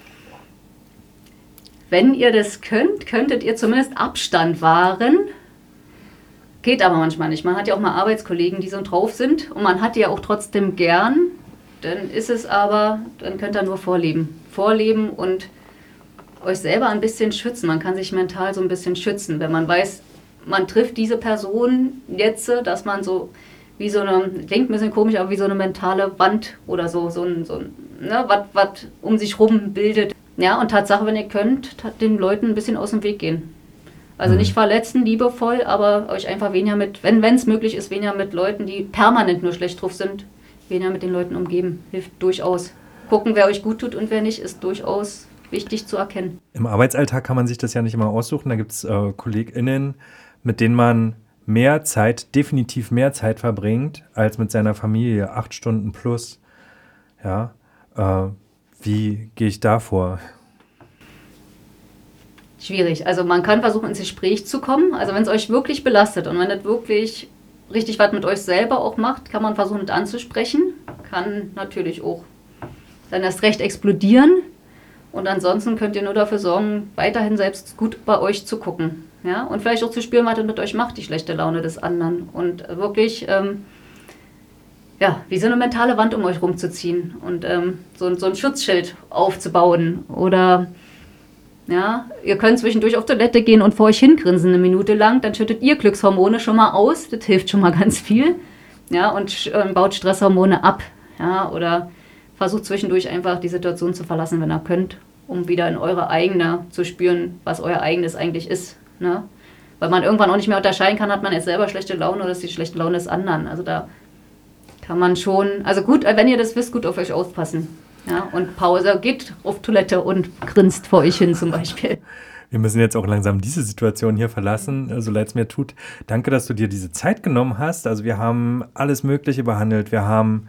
Wenn ihr das könnt, könntet ihr zumindest Abstand wahren. Geht aber manchmal nicht. Man hat ja auch mal Arbeitskollegen, die so drauf sind und man hat die ja auch trotzdem gern. Dann ist es aber, dann könnt ihr nur vorleben. Vorleben und euch selber ein bisschen schützen. Man kann sich mental so ein bisschen schützen, wenn man weiß, man trifft diese Person jetzt, dass man so wie so eine, klingt ein bisschen komisch, aber wie so eine mentale Wand oder so was um sich rum bildet. Ja, und Tatsache, wenn ihr könnt, den Leuten ein bisschen aus dem Weg gehen. Also nicht verletzen, liebevoll, aber euch einfach weniger mit, wenn es möglich ist, weniger mit Leuten, die permanent nur schlecht drauf sind, weniger mit den Leuten umgeben. Hilft durchaus. Gucken, wer euch gut tut und wer nicht, ist durchaus wichtig zu erkennen. Im Arbeitsalltag kann man sich das ja nicht immer aussuchen. Da gibt es KollegInnen, mit denen man definitiv mehr Zeit verbringt, als mit seiner Familie, 8 Stunden plus. Ja, wie gehe ich da vor? Schwierig. Also man kann versuchen, ins Gespräch zu kommen. Also wenn es euch wirklich belastet und wenn es wirklich richtig was mit euch selber auch macht, kann man versuchen, es anzusprechen. Kann natürlich auch dann erst recht explodieren. Und ansonsten könnt ihr nur dafür sorgen, weiterhin selbst gut bei euch zu gucken. Ja? Und vielleicht auch zu spüren, was das mit euch macht, die schlechte Laune des anderen. Und wirklich wie so eine mentale Wand um euch rumzuziehen und so ein Schutzschild aufzubauen. Oder ja, ihr könnt zwischendurch auf Toilette gehen und vor euch hingrinsen 1 Minute lang, dann schüttet ihr Glückshormone schon mal aus, das hilft schon mal ganz viel. Ja, und baut Stresshormone ab. Ja, oder versucht zwischendurch einfach die Situation zu verlassen, wenn ihr könnt, um wieder in eure eigene zu spüren, was euer eigenes eigentlich ist. Ne? Weil man irgendwann auch nicht mehr unterscheiden kann, hat man jetzt selber schlechte Laune oder ist die schlechte Laune des anderen. Also da kann man schon, also gut, wenn ihr das wisst, gut auf euch aufpassen. Ja? Und Pause, geht auf Toilette und grinst vor euch hin zum Beispiel. Wir müssen jetzt auch langsam diese Situation hier verlassen, so leid es mir tut. Danke, dass du dir diese Zeit genommen hast. Also wir haben alles Mögliche behandelt. Wir haben,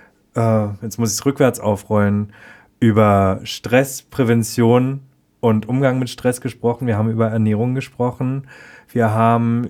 jetzt muss ich es rückwärts aufrollen, über Stressprävention und Umgang mit Stress gesprochen. Wir haben über Ernährung gesprochen. Wir haben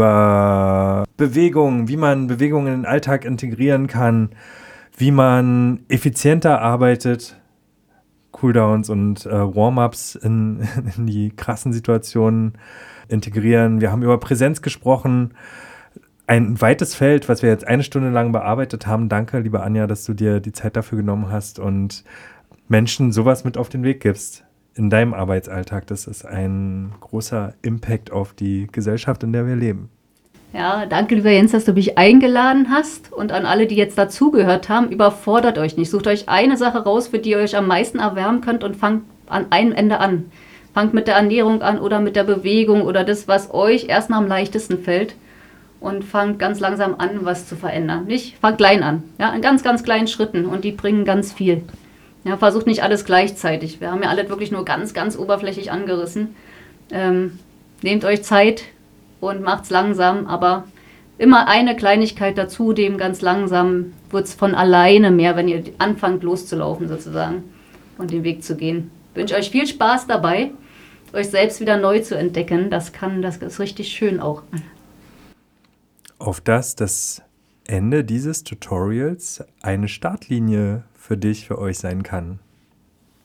über Bewegung, wie man Bewegung in den Alltag integrieren kann, wie man effizienter arbeitet, Cooldowns und Warm-ups in die krassen Situationen integrieren. Wir haben über Präsenz gesprochen. Ein weites Feld, was wir jetzt 1 Stunde lang bearbeitet haben. Danke, liebe Anja, dass du dir die Zeit dafür genommen hast und Menschen sowas mit auf den Weg gibst in deinem Arbeitsalltag. Das ist ein großer Impact auf die Gesellschaft, in der wir leben. Ja, danke, lieber Jens, dass du mich eingeladen hast. Und an alle, die jetzt dazugehört haben, überfordert euch nicht. Sucht euch eine Sache raus, für die ihr euch am meisten erwärmen könnt und fangt an einem Ende an. Fangt mit der Ernährung an oder mit der Bewegung oder das, was euch erstmal am leichtesten fällt. Und fangt ganz langsam an, was zu verändern. Fangt klein an, ja, in ganz, ganz kleinen Schritten und die bringen ganz viel. Ja, versucht nicht alles gleichzeitig. Wir haben ja alles wirklich nur ganz, ganz oberflächlich angerissen. Nehmt euch Zeit und macht's langsam, aber immer eine Kleinigkeit dazu, dem ganz langsam wird es von alleine mehr, wenn ihr anfangt loszulaufen sozusagen und den Weg zu gehen. Ich wünsche euch viel Spaß dabei, euch selbst wieder neu zu entdecken. Das ist richtig schön auch. Auf das Ende dieses Tutorials eine Startlinie für dich, für euch sein kann.